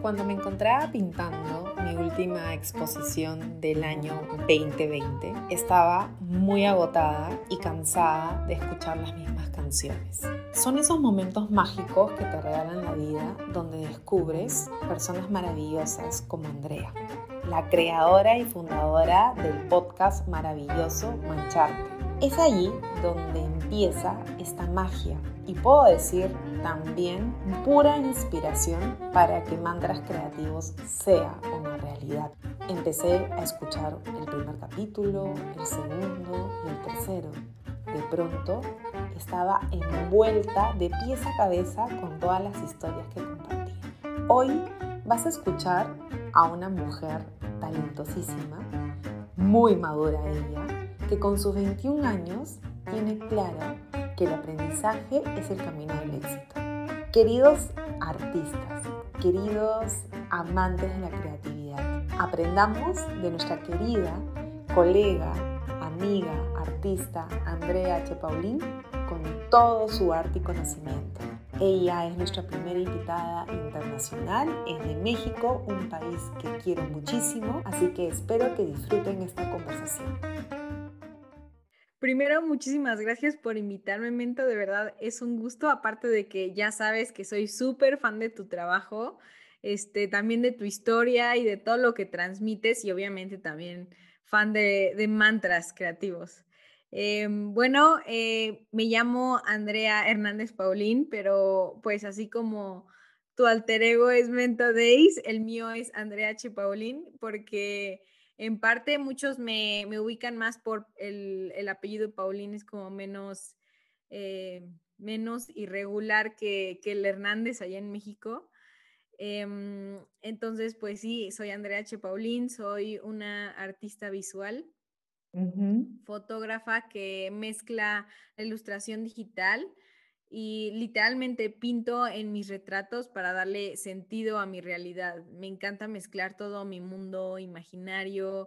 Cuando me encontraba pintando mi última exposición del año 2020, estaba muy agotada y cansada de escuchar las mismas canciones. Son esos momentos mágicos que te regalan la vida, donde descubres personas maravillosas como Andrea, la creadora y fundadora del podcast maravilloso Mancharte. Es allí donde empieza esta magia y puedo decir también pura inspiración para que Mantras Creativos sea una realidad. Empecé a escuchar el primer capítulo, el segundo y el tercero. De pronto estaba envuelta de pies a cabeza con todas las historias que compartía. Hoy vas a escuchar a una mujer talentosísima, muy madura ella, que con sus 21 años tiene claro que el aprendizaje es el camino del éxito. Queridos artistas, queridos amantes de la creatividad, aprendamos de nuestra querida colega, amiga, artista Andrea H. Paulin con todo su arte y conocimiento. Ella es nuestra primera invitada internacional, es de México, un país que quiero muchísimo, así que espero que disfruten esta conversación. Primero, muchísimas gracias por invitarme, Mento, de verdad es un gusto, aparte de que ya sabes que soy súper fan de tu trabajo, también de tu historia y de todo lo que transmites y obviamente también fan de Mantras Creativos. Me llamo Andrea Hernández Paulín, pero pues así como tu alter ego es Mento Days, el mío es Andrea H. Paulín, porque en parte muchos me ubican más por el apellido Paulín, es como menos irregular que el Hernández allá en México. Entonces, pues sí, soy Andrea H. Paulín, soy una artista visual, fotógrafa que mezcla la ilustración digital y literalmente pinto en mis retratos para darle sentido a mi realidad. Me encanta mezclar todo mi mundo imaginario.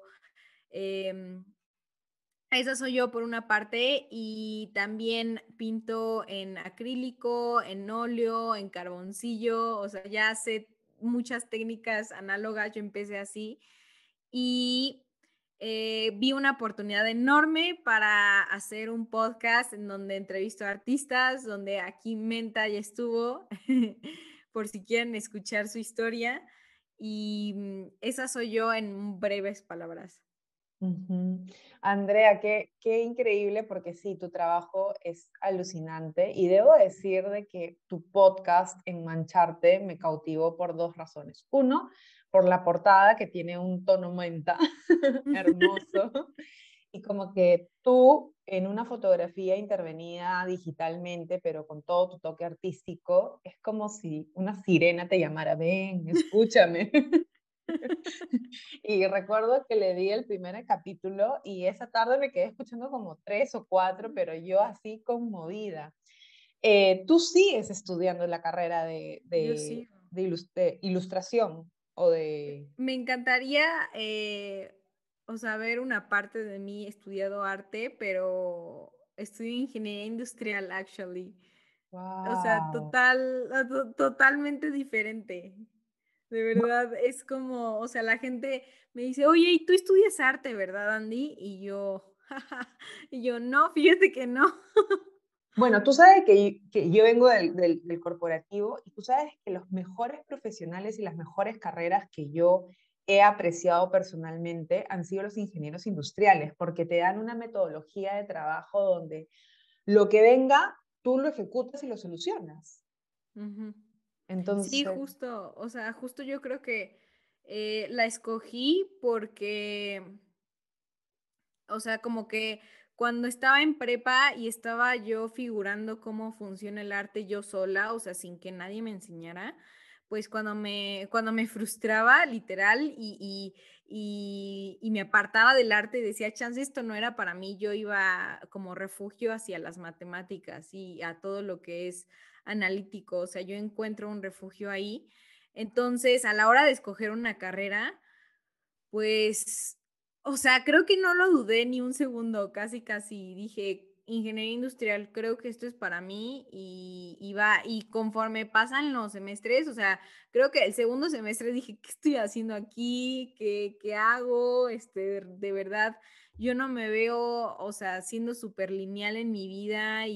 Esa soy yo por una parte y también pinto en acrílico, en óleo, en carboncillo, o sea, ya sé muchas técnicas análogas, yo empecé así y vi una oportunidad enorme para hacer un podcast en donde entrevisto a artistas, donde aquí Menta ya estuvo, por si quieren escuchar su historia y esa soy yo en breves palabras. Andrea, qué increíble porque sí, tu trabajo es alucinante y debo decir de que tu podcast en Mancharte me cautivó por dos razones. Uno, por la portada que tiene un tono menta hermoso y como que tú en una fotografía intervenida digitalmente, pero con todo tu toque artístico, es como si una sirena te llamara, ven, escúchame. Y recuerdo que le di el primer capítulo y esa tarde me quedé escuchando como tres o cuatro, pero yo así conmovida. Tú sigues estudiando la carrera Yo sí. de ilustración o de... Me encantaría, o sea, ver una parte de mí estudiado arte, pero estudio ingeniería industrial, actually. O sea, ¡Wow! totalmente diferente. De verdad, es como, o sea, la gente me dice, oye, ¿y tú estudias arte, verdad, Andy? Y yo, y yo, no, fíjate que no. Bueno, tú sabes que yo vengo del corporativo y tú sabes que los mejores profesionales y las mejores carreras que yo he apreciado personalmente han sido los ingenieros industriales, porque te dan una metodología de trabajo donde lo que venga, tú lo ejecutas y lo solucionas. Ujú. Sí, Entonces, justo, o sea, justo yo creo que la escogí porque, o sea, como que cuando estaba en prepa y estaba yo figurando cómo funciona el arte yo sola, o sea, sin que nadie me enseñara, pues cuando me frustraba literal y me apartaba del arte y decía, chance, esto no era para mí, yo iba como refugio hacia las matemáticas y a todo lo que es analítico, o sea, yo encuentro un refugio ahí. Entonces, a la hora de escoger una carrera, pues, o sea, creo que no lo dudé ni un segundo, casi, casi dije, ingeniería industrial, creo que esto es para mí y conforme pasan los semestres, o sea, creo que el segundo semestre dije, ¿qué estoy haciendo aquí? ¿Qué hago? De verdad, yo no me veo, o sea, siendo súper lineal en mi vida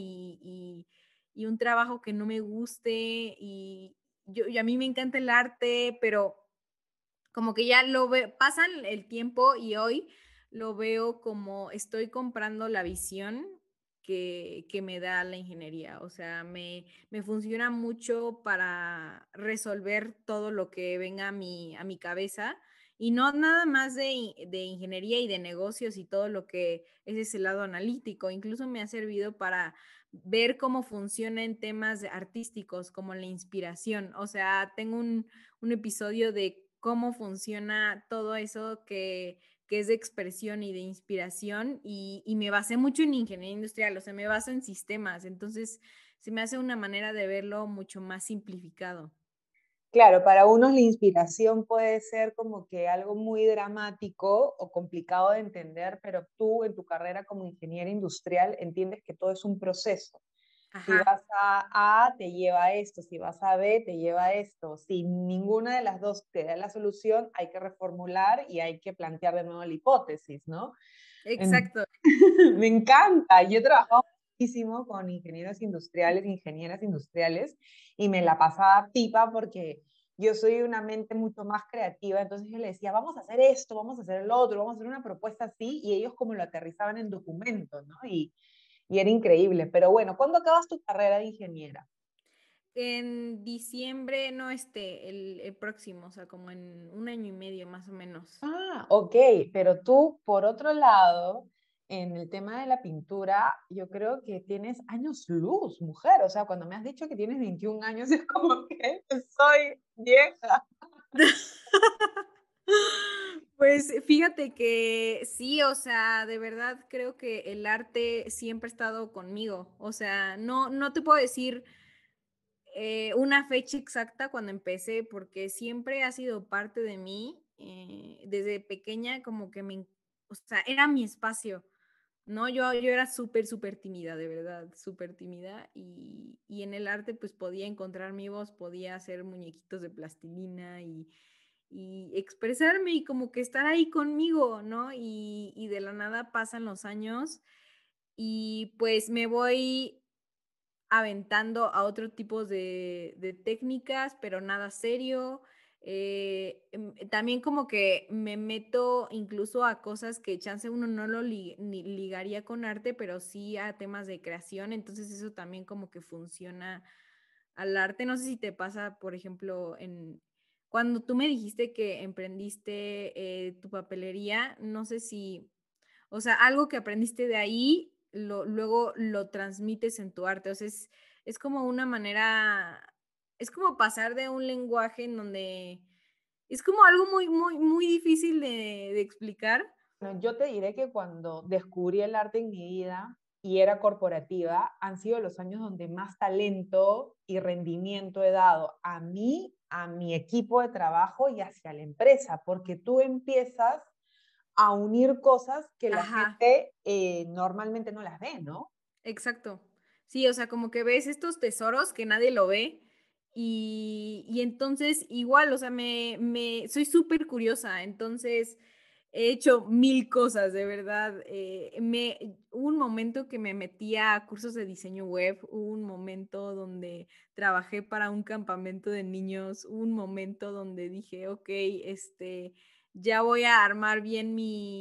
y un trabajo que no me guste y a mí me encanta el arte, pero como que ya lo veo, pasan el tiempo y hoy lo veo como estoy comprando la visión que me da la ingeniería. O sea, me funciona mucho para resolver todo lo que venga a mi cabeza y no nada más de ingeniería y de negocios y todo lo que es ese lado analítico. Incluso me ha servido para ver cómo funciona en temas artísticos, como la inspiración. O sea, tengo un episodio de cómo funciona todo eso que es de expresión y de inspiración y me basé mucho en ingeniería industrial, o sea, me baso en sistemas, entonces se me hace una manera de verlo mucho más simplificado. Claro, para unos la inspiración puede ser como que algo muy dramático o complicado de entender, pero tú en tu carrera como ingeniera industrial entiendes que todo es un proceso. Si Ajá, vas a A, te lleva a esto, si vas a B, te lleva a esto. Si ninguna de las dos te da la solución, hay que reformular y hay que plantear de nuevo la hipótesis, ¿no? En- exacto. Me encanta. Yo he trabajado muchísimo con ingenieros industriales, ingenieras industriales, y me la pasaba pipa porque yo soy una mente mucho más creativa, entonces yo le decía, vamos a hacer esto, vamos a hacer el otro, vamos a hacer una propuesta así, y ellos como lo aterrizaban en documentos, ¿no? Y era increíble. Pero bueno, ¿cuándo acabas tu carrera de ingeniera? En diciembre, no el próximo, o sea, como en un año y medio más o menos. Ah, ok, pero tú, por otro lado, en el tema de la pintura, yo creo que tienes años luz, mujer. O sea, cuando me has dicho que tienes 21 años, es como que soy vieja. Pues fíjate que sí, o sea, de verdad creo que el arte siempre ha estado conmigo. O sea, no te puedo decir una fecha exacta cuando empecé, porque siempre ha sido parte de mí. Desde pequeña, como que o sea, era mi espacio. No, yo era súper, súper tímida, de verdad, súper tímida. Y en el arte, pues podía encontrar mi voz, podía hacer muñequitos de plastilina y expresarme y como que estar ahí conmigo, ¿no? Y de la nada pasan los años y pues me voy aventando a otro tipo de técnicas, pero nada serio. También como que me meto incluso a cosas que chance uno no lo ni ligaría con arte, pero sí a temas de creación, entonces eso también como que funciona al arte. No sé si te pasa, por ejemplo, cuando tú me dijiste que emprendiste tu papelería, no sé si, o sea, algo que aprendiste de ahí, luego lo transmites en tu arte. O sea, es como una manera, es como pasar de un lenguaje en donde es como algo muy, muy, muy difícil de explicar. Bueno, yo te diré que cuando descubrí el arte en mi vida y era corporativa, han sido los años donde más talento y rendimiento he dado a mí, a mi equipo de trabajo y hacia la empresa, porque tú empiezas a unir cosas que la Ajá, gente normalmente no las ve, ¿no? exacto. Sí, o sea, como que ves estos tesoros que nadie lo ve y entonces igual, o sea, soy súper curiosa, entonces he hecho mil cosas, de verdad. Hubo un momento que me metí a cursos de diseño web, hubo un momento donde trabajé para un campamento de niños, hubo un momento donde dije, ok, ya voy a armar bien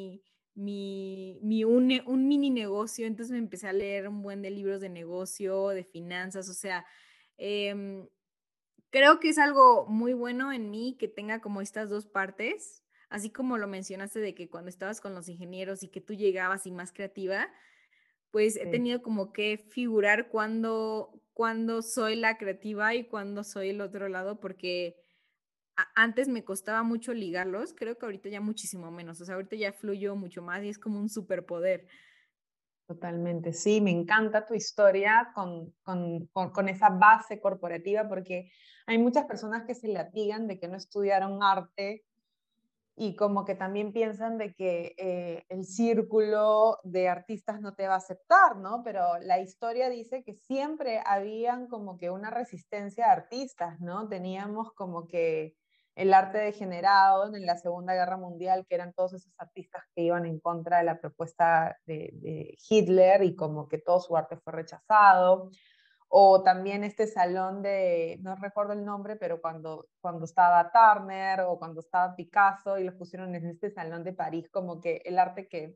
un mini negocio, entonces me empecé a leer un buen de libros de negocio, de finanzas, o sea, em, creo que es algo muy bueno en mí que tenga como estas dos partes, así como lo mencionaste de que cuando estabas con los ingenieros y que tú llegabas y más creativa, pues he Sí. tenido como que figurar cuando soy la creativa y cuando soy el otro lado, porque antes me costaba mucho ligarlos, creo que ahorita ya muchísimo menos, o sea, ahorita ya fluyo mucho más y es como un superpoder. Totalmente, sí, me encanta tu historia con esa base corporativa porque hay muchas personas que se latigan de que no estudiaron arte y como que también piensan de que el círculo de artistas no te va a aceptar, ¿no? Pero la historia dice que siempre habían como que una resistencia de artistas, ¿no? Teníamos como que el arte degenerado en la Segunda Guerra Mundial, que eran todos esos artistas que iban en contra de la propuesta de Hitler y como que todo su arte fue rechazado. O también este salón de, no recuerdo el nombre, pero cuando estaba Turner o cuando estaba Picasso y los pusieron en este salón de París, como que el arte que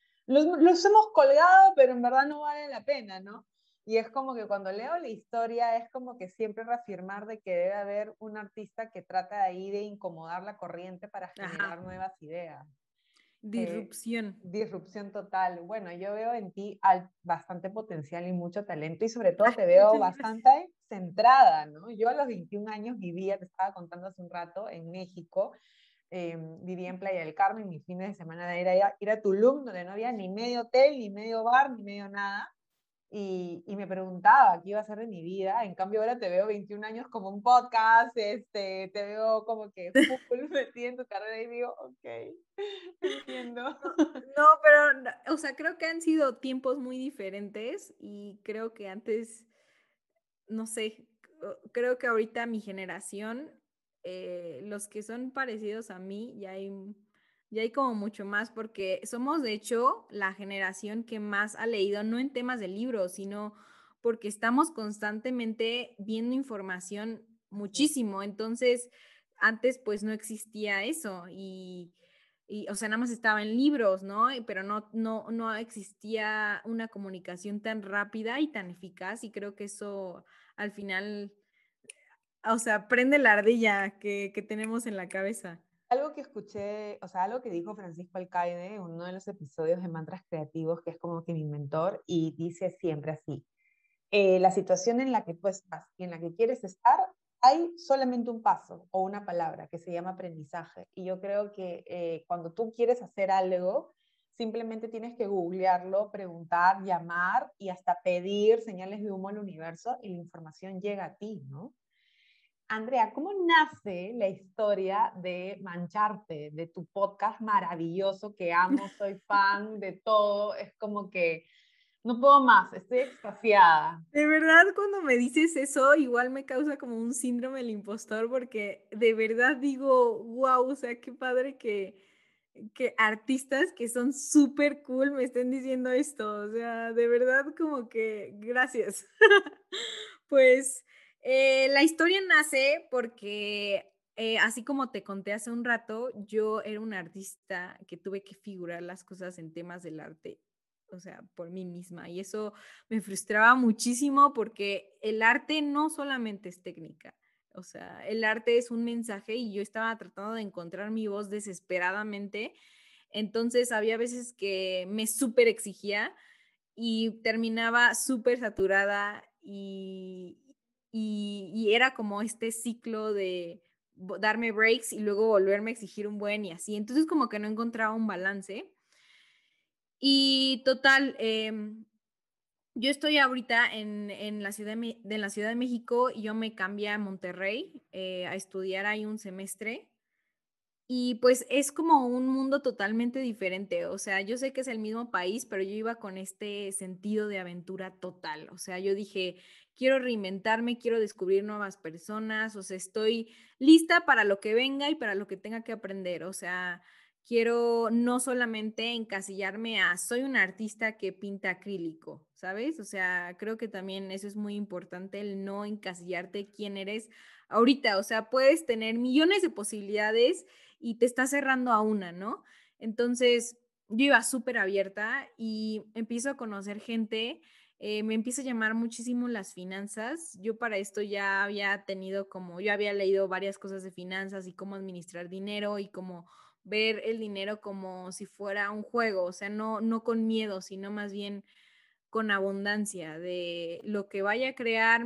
los hemos colgado, pero en verdad no vale la pena, ¿no? Y es como que cuando leo la historia es como que siempre reafirmar de que debe haber un artista que trata de ahí de incomodar la corriente para Ajá. generar nuevas ideas. Disrupción. Disrupción total. Bueno, yo veo en ti bastante potencial y mucho talento y sobre todo Ay, te veo muchas gracias. bastante centrada, ¿no? Yo a los 21 años vivía, te estaba contando hace un rato, en México. Vivía en Playa del Carmen, mis fines de semana era ir a Tulum, donde no había ni medio hotel, ni medio bar, ni medio nada. Y me preguntaba qué iba a hacer de mi vida. En cambio, ahora te veo 21 años como un podcast, te veo como que full metida en tu carrera y digo, ok, entiendo. No, pero, o sea, creo que han sido tiempos muy diferentes y creo que antes, no sé, creo que ahorita mi generación, los que son parecidos a mí, ya hay como mucho más, porque somos de hecho la generación que más ha leído, no en temas de libros, sino porque estamos constantemente viendo información muchísimo. Entonces, antes pues no existía eso y, o sea, nada más estaba en libros, ¿no? Pero no existía una comunicación tan rápida y tan eficaz y creo que eso al final, o sea, prende la ardilla que tenemos en la cabeza. Algo que escuché, o sea, algo que dijo Francisco Alcaide en uno de los episodios de Mantras Creativos, que es como que mi mentor, y dice siempre así, la situación en la que tú estás y en la que quieres estar, hay solamente un paso o una palabra que se llama aprendizaje. Y yo creo que cuando tú quieres hacer algo, simplemente tienes que googlearlo, preguntar, llamar y hasta pedir señales de humo al universo y la información llega a ti, ¿no? Andrea, ¿cómo nace la historia de Mancharte, de tu podcast maravilloso que amo, soy fan de todo? Es como que no puedo más, estoy extasiada. De verdad, cuando me dices eso, igual me causa como un síndrome del impostor, porque de verdad digo, wow, o sea, qué padre que artistas que son súper cool me estén diciendo esto. O sea, de verdad, como que gracias. Pues la historia nace porque, así como te conté hace un rato, yo era una artista que tuve que figurar las cosas en temas del arte, o sea, por mí misma. Y eso me frustraba muchísimo porque el arte no solamente es técnica, o sea, el arte es un mensaje y yo estaba tratando de encontrar mi voz desesperadamente. Entonces había veces que me súper exigía y terminaba súper saturada y era como este ciclo de darme breaks y luego volverme a exigir un buen y así. Entonces como que no encontraba un balance. Y total, yo estoy ahorita en la en la Ciudad de México y yo me cambié a Monterrey a estudiar ahí un semestre. Y pues es como un mundo totalmente diferente, o sea, yo sé que es el mismo país, pero yo iba con este sentido de aventura total, o sea, yo dije, quiero reinventarme, quiero descubrir nuevas personas, o sea, estoy lista para lo que venga y para lo que tenga que aprender, o sea, quiero no solamente encasillarme a soy un artista que pinta acrílico, ¿sabes? O sea, creo que también eso es muy importante, el no encasillarte quién eres ahorita, o sea, puedes tener millones de posibilidades y te está cerrando a una, ¿no? Entonces, yo iba súper abierta y empiezo a conocer gente, me empieza a llamar muchísimo las finanzas. Yo para esto ya había tenido como, yo había leído varias cosas de finanzas y cómo administrar dinero y cómo ver el dinero como si fuera un juego, o sea, no con miedo, sino más bien con abundancia, de lo que vaya a crear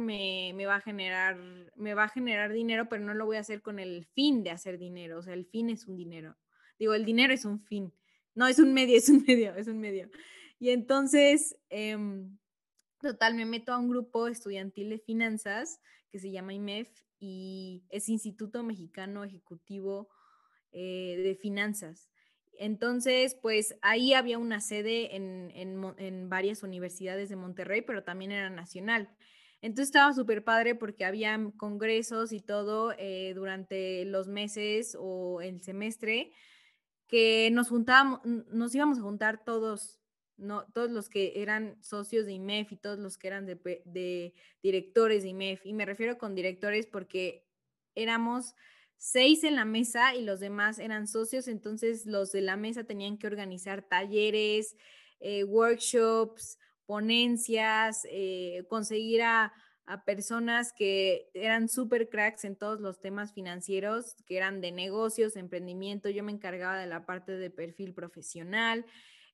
me va a generar dinero, pero no lo voy a hacer con el fin de hacer dinero, o sea, el fin es un dinero. Digo, el dinero es un fin, no es un medio, es un medio, es un medio. Y entonces, total, me meto a un grupo estudiantil de finanzas que se llama IMEF y es Instituto Mexicano Ejecutivo de finanzas. Entonces, pues ahí había una sede en varias universidades de Monterrey, pero también era nacional. Entonces estaba súper padre porque había congresos y todo durante los meses o el semestre que nos íbamos a juntar todos, no, todos los que eran socios de IMEF y todos los que eran de directores de IMEF. Y me refiero con directores porque éramos 6 en la mesa y los demás eran socios, entonces los de la mesa tenían que organizar talleres, workshops, ponencias, conseguir a personas que eran súper cracks en todos los temas financieros, que eran de negocios, emprendimiento. Yo me encargaba de la parte de perfil profesional,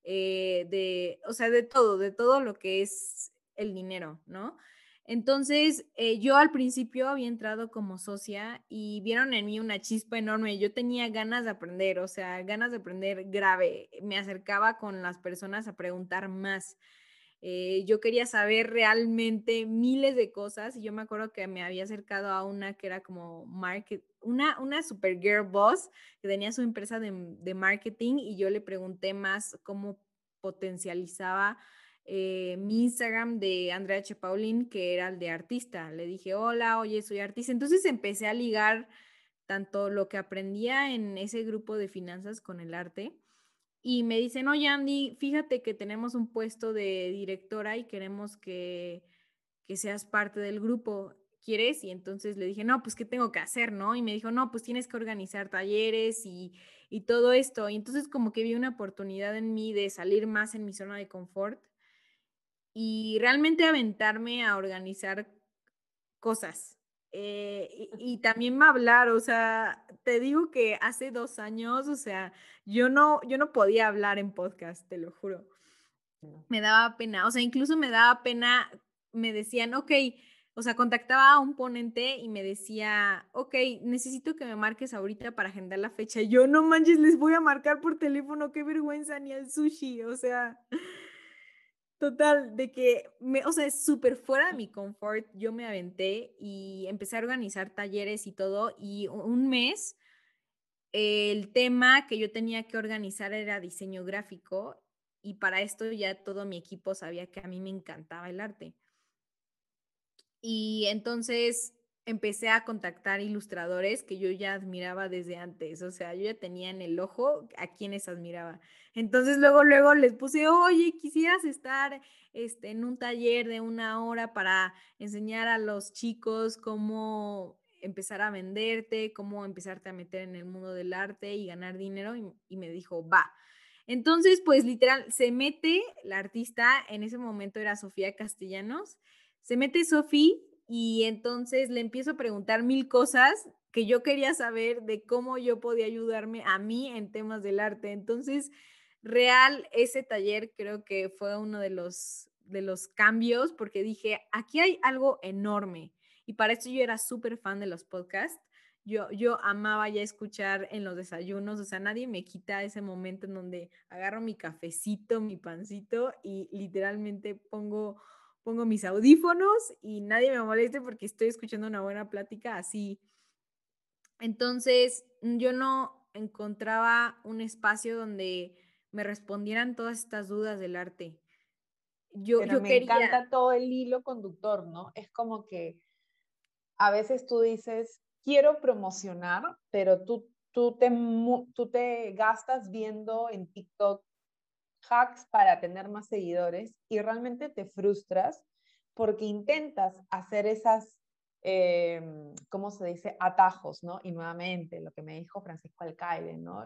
o sea, de todo lo que es el dinero, ¿no? Entonces, yo al principio había entrado como socia y vieron en mí una chispa enorme. Yo tenía ganas de aprender, o sea, ganas de aprender grave. Me acercaba con las personas a preguntar más. Yo quería saber realmente miles de cosas y yo me acuerdo que me había acercado a una que era como una super girl boss que tenía su empresa de marketing y yo le pregunté más cómo potencializaba mi Instagram de Andrea H. Paulin, que era el de artista. Le dije, hola, oye, soy artista. Entonces empecé a ligar tanto lo que aprendía en ese grupo de finanzas con el arte y me dicen, oye Andy, fíjate que tenemos un puesto de directora y queremos que seas parte del grupo, ¿quieres? Y entonces le dije, no, pues ¿qué tengo que hacer, no? Y me dijo, no, pues tienes que organizar talleres y todo esto. Y entonces como que vi una oportunidad en mí de salir más en mi zona de confort y realmente aventarme a organizar cosas. Y también me hablar, o sea, te digo que hace 2 años, o sea, yo no podía hablar en podcast, te lo juro. Me daba pena, o sea, incluso me daba pena, me decían, ok, o sea, contactaba a un ponente y me decía, ok, necesito que me marques ahorita para agendar la fecha. Yo, no manches, les voy a marcar por teléfono, qué vergüenza, ni al sushi, o sea, total, de que, o sea, es súper fuera de mi confort, yo me aventé y empecé a organizar talleres y todo, y un mes el tema que yo tenía que organizar era diseño gráfico, y para esto ya todo mi equipo sabía que a mí me encantaba el arte. Y entonces empecé a contactar ilustradores que yo ya admiraba desde antes, o sea, yo ya tenía en el ojo a quienes admiraba. Entonces luego les puse, oye, quisieras estar en un taller de 1 hora para enseñar a los chicos cómo empezar a venderte, cómo empezarte a meter en el mundo del arte y ganar dinero, y me dijo, va. Entonces, pues literal, se mete la artista, en ese momento era Sofía Castellanos, se mete Sofi y entonces le empiezo a preguntar 1000 cosas que yo quería saber de cómo yo podía ayudarme a mí en temas del arte. Entonces, real, ese taller creo que fue uno de los cambios porque dije, aquí hay algo enorme. Y para eso yo era súper fan de los podcasts. Yo amaba ya escuchar en los desayunos, o sea, nadie me quita ese momento en donde agarro mi cafecito, mi pancito y literalmente pongo mis audífonos y nadie me moleste porque estoy escuchando una buena plática así. Entonces, yo no encontraba un espacio donde me respondieran todas estas dudas del arte. Pero Yo me quería, encanta todo el hilo conductor, ¿no? Es como que a veces tú dices, quiero promocionar, pero tú te gastas viendo en TikTok hacks para tener más seguidores y realmente te frustras porque intentas hacer esas, ¿cómo se dice? Atajos, ¿no? Y nuevamente, lo que me dijo Francisco Alcaide, ¿no?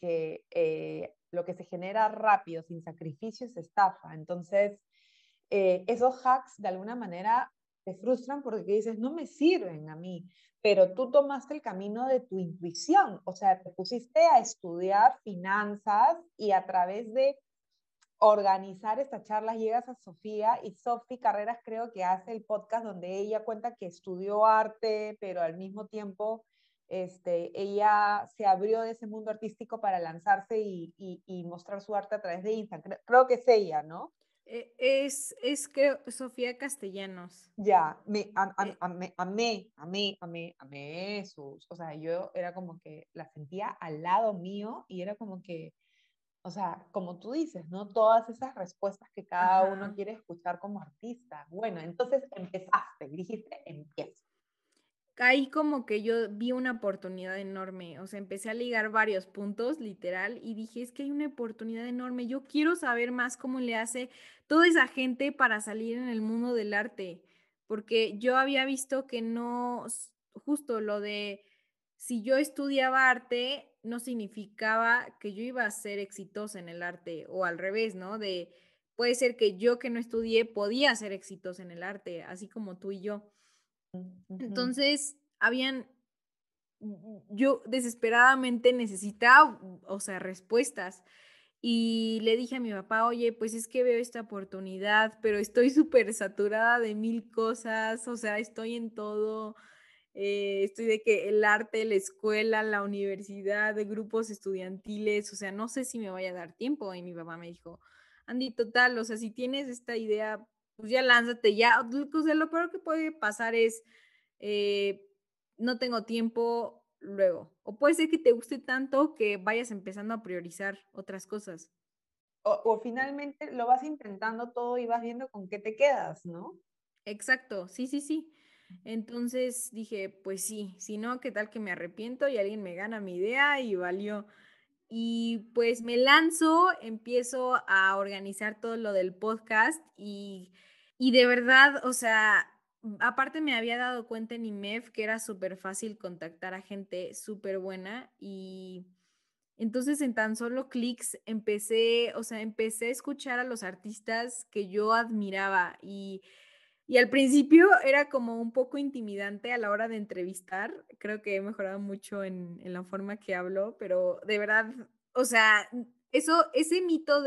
Lo que se genera rápido, sin sacrificio, es estafa. Entonces, esos hacks de alguna manera te frustran porque dices, no me sirven a mí, pero tú tomaste el camino de tu intuición, o sea, te pusiste a estudiar finanzas y a través de organizar estas charlas llegas a Sofía y Sofi Carreras creo que hace el podcast donde ella cuenta que estudió arte, pero al mismo tiempo ella se abrió de ese mundo artístico para lanzarse y mostrar su arte a través de Instagram. Creo que es ella, ¿no? Creo, Sofía Castellanos. Ya, Eh, amé sus, o sea, yo era como que la sentía al lado mío y era como que, o sea, como tú dices, ¿no? Todas esas respuestas que cada uno ajá. quiere escuchar como artista. Bueno, entonces empezaste, dijiste, empiezo. Ahí como que yo vi una oportunidad enorme, o sea, empecé a ligar varios puntos, literal, y dije, es que hay una oportunidad enorme, yo quiero saber más cómo le hace toda esa gente para salir en el mundo del arte, porque yo había visto que no, justo lo de, si yo estudiaba arte, no significaba que yo iba a ser exitosa en el arte, o al revés, ¿no? De, puede ser que yo que no estudié podía ser exitosa en el arte, así como tú y yo. Ujú. Entonces, yo desesperadamente necesitaba, o sea, respuestas. Y le dije a mi papá, oye, pues es que veo esta oportunidad, pero estoy súper saturada de mil cosas, o sea, estoy en todo, estoy de que el arte, la escuela, la universidad, de grupos estudiantiles, o sea, no sé si me vaya a dar tiempo. Y mi papá me dijo, Andy, total, o sea, si tienes esta idea, pues ya lánzate, ya, o sea, lo peor que puede pasar es eh, no tengo tiempo luego. O puede ser que te guste tanto que vayas empezando a priorizar otras cosas. O finalmente lo vas intentando todo y vas viendo con qué te quedas, ¿no? Exacto, sí, sí, sí. Entonces dije, pues sí, si no, ¿qué tal que me arrepiento y alguien me gana mi idea y valió? Y pues me lanzo, empiezo a organizar todo lo del podcast y de verdad, o sea, aparte me había dado cuenta en IMEF que era súper fácil contactar a gente súper buena y entonces en tan solo clics empecé, o sea, empecé a escuchar a los artistas que yo admiraba y al principio era como un poco intimidante a la hora de entrevistar. Creo que he mejorado mucho en la forma que hablo, pero de verdad, o sea, ese mito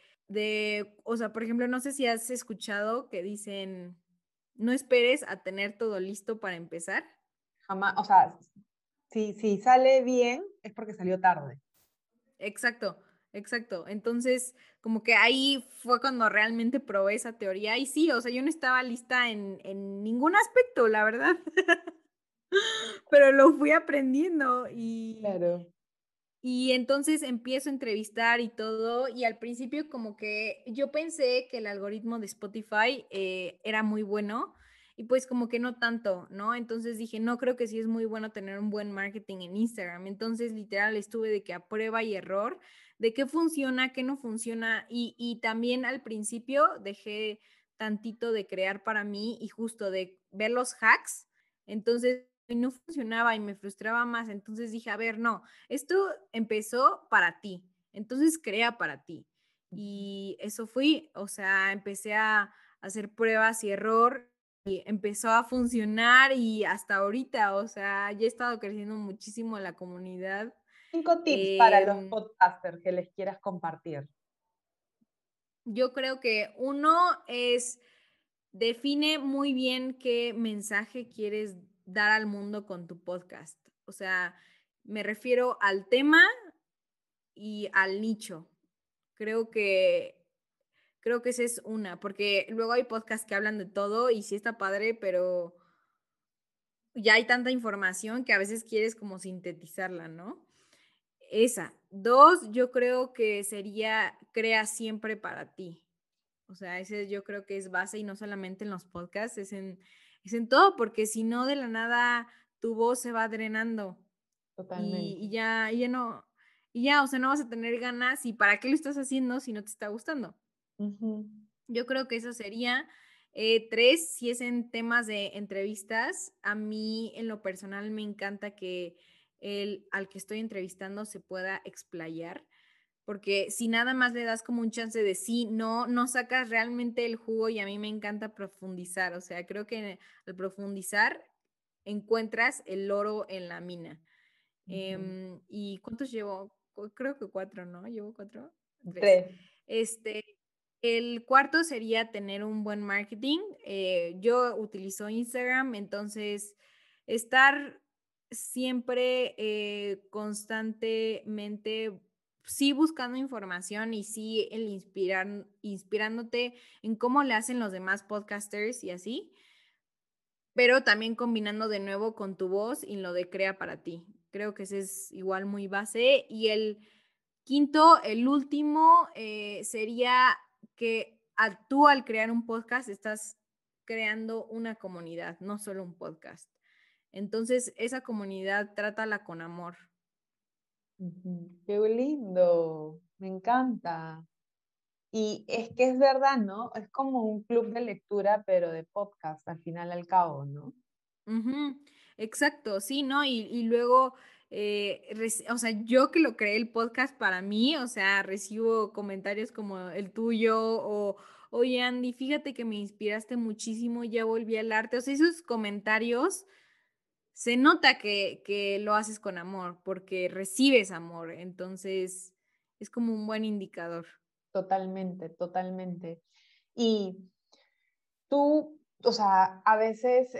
o sea, por ejemplo, no sé si has escuchado que dicen, no esperes a tener todo listo para empezar. Jamás, o sea, si sale bien es porque salió tarde. Exacto, exacto. Entonces, como que ahí fue cuando realmente probé esa teoría. Y sí, o sea, yo no estaba lista en ningún aspecto, la verdad. Pero lo fui aprendiendo Claro. y entonces empiezo a entrevistar y todo. Y al principio como que yo pensé que el algoritmo de Spotify era muy bueno y pues como que no tanto, ¿no? Entonces dije, no, creo que sí es muy bueno tener un buen marketing en Instagram. Entonces literal estuve de que a prueba y error, de qué funciona, qué no funciona. Y también al principio dejé tantito de crear para mí y justo de ver los hacks. Entonces no funcionaba y me frustraba más. Entonces dije, a ver, no, esto empezó para ti, entonces crea para ti. Y eso fui, o sea, empecé a hacer pruebas y error y empezó a funcionar y hasta ahorita, o sea, ya he estado creciendo muchísimo la comunidad. 5 tips para los Eh, podcasters que les quieras compartir. yo creo que uno es, define muy bien qué mensaje quieres dar al mundo con tu podcast. O sea, me refiero al tema y al nicho. Creo que creo que esa es una, porque luego hay podcasts que hablan de todo y sí está padre, pero ya hay tanta información que a veces quieres como sintetizarla, ¿no? Esa. Dos, yo creo que sería crea siempre para ti. O sea, ese yo creo que es base y no solamente en los podcasts, es en todo, porque si no, de la nada tu voz se va drenando y Totalmente. ya no, y ya, o sea, no vas a tener ganas y para qué lo estás haciendo si no te está gustando. Ujú. Yo creo que eso sería. Tres, si es en temas de entrevistas, a mí en lo personal me encanta que al que estoy entrevistando se pueda explayar, porque si nada más le das como un chance de sí, no, no sacas realmente el jugo y a mí me encanta profundizar, o sea, creo que al profundizar encuentras el oro en la mina. Ujú. ¿Y cuántos llevo? Creo que cuatro, ¿no? ¿Llevo cuatro? Tres. 3. Este, el cuarto sería tener un buen marketing. Yo utilizo Instagram, entonces estar siempre constantemente sí buscando información y sí el inspirándote en cómo le hacen los demás podcasters y así, pero también combinando de nuevo con tu voz y lo de crea para ti. Creo que ese es igual muy base. Y el quinto, el último, sería que tú al crear un podcast estás creando una comunidad, no solo un podcast. Entonces, esa comunidad trátala con amor. Ujú. Qué lindo, me encanta. Y es que es verdad, ¿no? Es como un club de lectura, pero de podcast, al final al cabo, ¿no? Ujú, exacto, sí, ¿no? Y luego, o sea, yo que lo creé el podcast para mí, o sea, recibo comentarios como el tuyo o, oye, Andy, fíjate que me inspiraste muchísimo, ya volví al arte. O sea, esos comentarios se nota que lo haces con amor porque recibes amor, entonces es como un buen indicador. Totalmente, totalmente. Y tú, o sea, a veces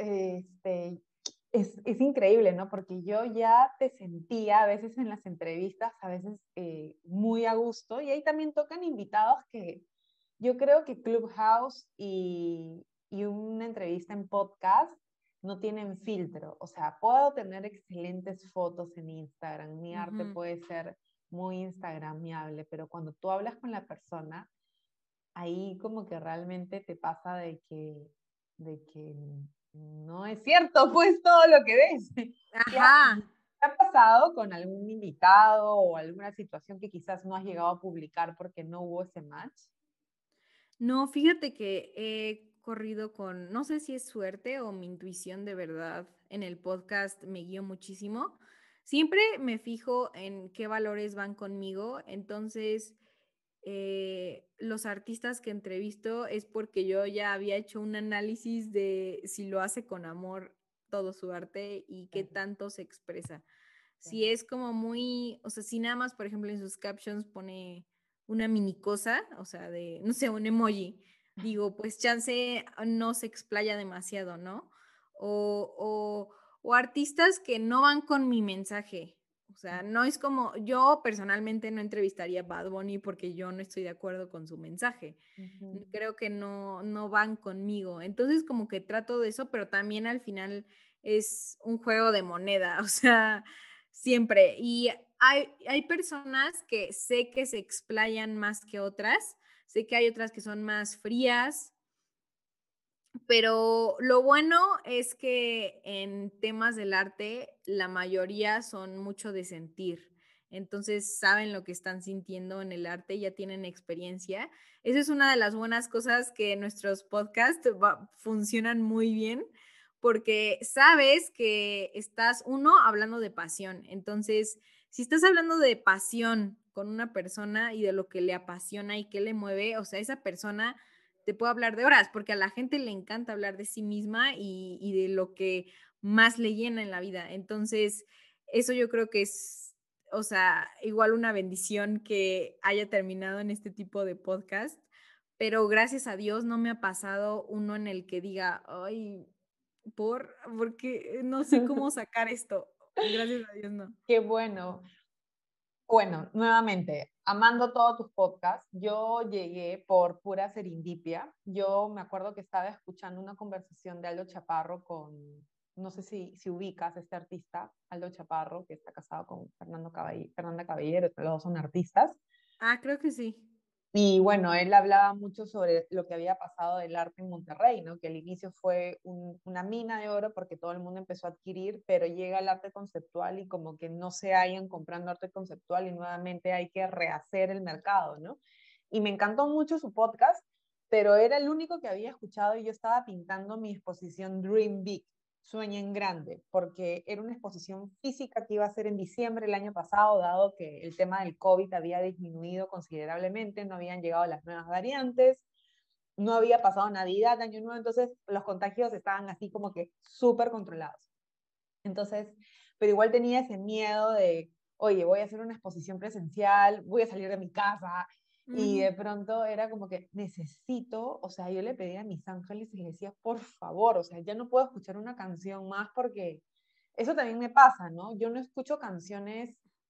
es increíble, ¿no? Porque yo ya te sentía a veces en las entrevistas, a veces muy a gusto, y ahí también tocan invitados que yo creo que Clubhouse y una entrevista en podcast no tienen filtro. O sea, puedo tener excelentes fotos en Instagram, mi arte Ujú. puede ser muy instagramiable, pero cuando tú hablas con la persona, ahí como que realmente te pasa de que no es cierto, pues todo lo que ves. Ajá. ¿Te ha pasado con algún invitado o alguna situación que quizás no has llegado a publicar porque no hubo ese match? No, fíjate que he corrido con, no sé si es suerte o mi intuición de verdad en el podcast me guió muchísimo. Siempre me fijo en qué valores van conmigo, entonces los artistas que entrevisto es porque yo ya había hecho un análisis de si lo hace con amor todo su arte y qué Claro, tanto se expresa. claro. Si es como muy, o sea, si nada más, por ejemplo, en sus captions pone una mini cosa, o sea, de, no sé, un emoji, digo, pues chance no se explaya demasiado, ¿no? O, o artistas que no van con mi mensaje. O sea, no es como, yo personalmente no entrevistaría a Bad Bunny porque yo no estoy de acuerdo con su mensaje. Ujú. Creo que no van conmigo. Entonces, como que trato de eso, pero también al final es un juego de moneda, o sea, siempre. Y hay personas que sé que se explayan más que otras, sé que hay otras que son más frías, pero lo bueno es que en temas del arte la mayoría son mucho de sentir. Entonces saben lo que están sintiendo en el arte, ya tienen experiencia. Esa es una de las buenas cosas que nuestros podcasts funcionan muy bien porque sabes que estás, uno, hablando de pasión. Entonces, si estás hablando de pasión con una persona y de lo que le apasiona y qué le mueve, o sea, esa persona te puedo hablar de horas, porque a la gente le encanta hablar de sí misma y de lo que más le llena en la vida. Entonces, eso yo creo que es, o sea, igual una bendición que haya terminado en este tipo de podcast, pero gracias a Dios no me ha pasado uno en el que diga, ay, porque no sé cómo sacar esto. Gracias a Dios no. Qué bueno. Bueno, nuevamente, amando todos tus podcasts, yo llegué por pura serendipia. Yo me acuerdo que estaba escuchando una conversación de Aldo Chaparro con, no sé si ubicas a este artista, Aldo Chaparro, que está casado con Fernanda Caballero, los dos son artistas. Ah, creo que sí. Y bueno, él hablaba mucho sobre lo que había pasado del arte en Monterrey, ¿no? Que al inicio fue una mina de oro porque todo el mundo empezó a adquirir, pero llega el arte conceptual y como que no se hallan comprando arte conceptual y nuevamente hay que rehacer el mercado, ¿no? Y me encantó mucho su podcast, pero era el único que había escuchado y yo estaba pintando mi exposición Dream Big, Sueña en Grande, porque era una exposición física que iba a ser en diciembre del año pasado, dado que el tema del COVID había disminuido considerablemente, no habían llegado las nuevas variantes, no había pasado Navidad, Año Nuevo, entonces los contagios estaban así como que súper controlados. Entonces, pero igual tenía ese miedo de, oye, voy a hacer una exposición presencial, voy a salir de mi casa, y Ujú. de pronto era como que necesito, o sea, yo le pedí a mis ángeles y les decía, por favor, o sea, ya no puedo escuchar una canción más porque eso también me pasa, ¿no? Yo no escucho canciones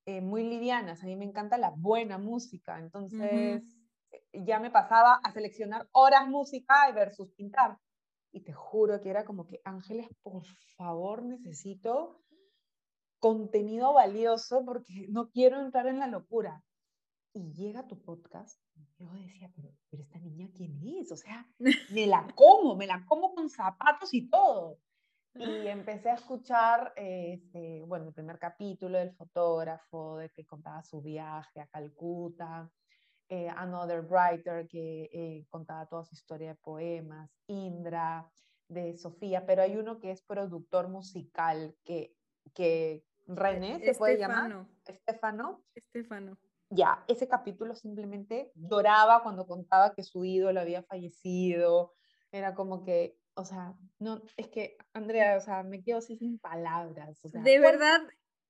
muy livianas. A mí me encanta la buena música, entonces Ujú. ya me pasaba a seleccionar horas música versus pintar. Y te juro que era como que, Ángeles, por favor, necesito contenido valioso porque no quiero entrar en la locura. Y llega tu podcast, y yo decía, pero esta niña, ¿quién es? O sea, me la como con zapatos y todo. Y empecé a escuchar, bueno, el primer capítulo del fotógrafo, de que contaba su viaje a Calcuta, Another Writer, que contaba toda su historia de poemas, Indra, de Sofía, pero hay uno que es productor musical, que René se puede llamar, Estefano, Estefano. Estefano. Ya, ese capítulo simplemente lloraba cuando contaba que su ídolo había fallecido. Era como que, o sea, no, es que, Andrea, o sea, me quedo así sin palabras. O sea, De verdad,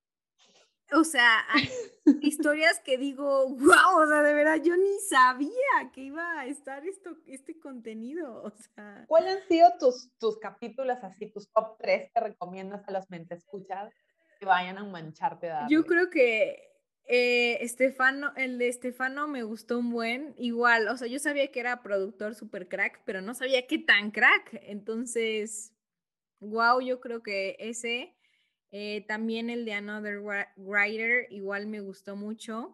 o sea, hay historias que digo, wow, o sea, de verdad, yo ni sabía que iba a estar este contenido, o sea. ¿cuáles han sido tus capítulos así, tus top 3 que recomiendas a los escuchas que vayan a mancharte a Yo darle? creo que Estefano, el de Estefano me gustó un buen, igual, o sea, yo sabía que era productor super crack, pero no sabía qué tan crack, entonces, wow, yo creo que ese, también el de Another Writer, igual me gustó mucho.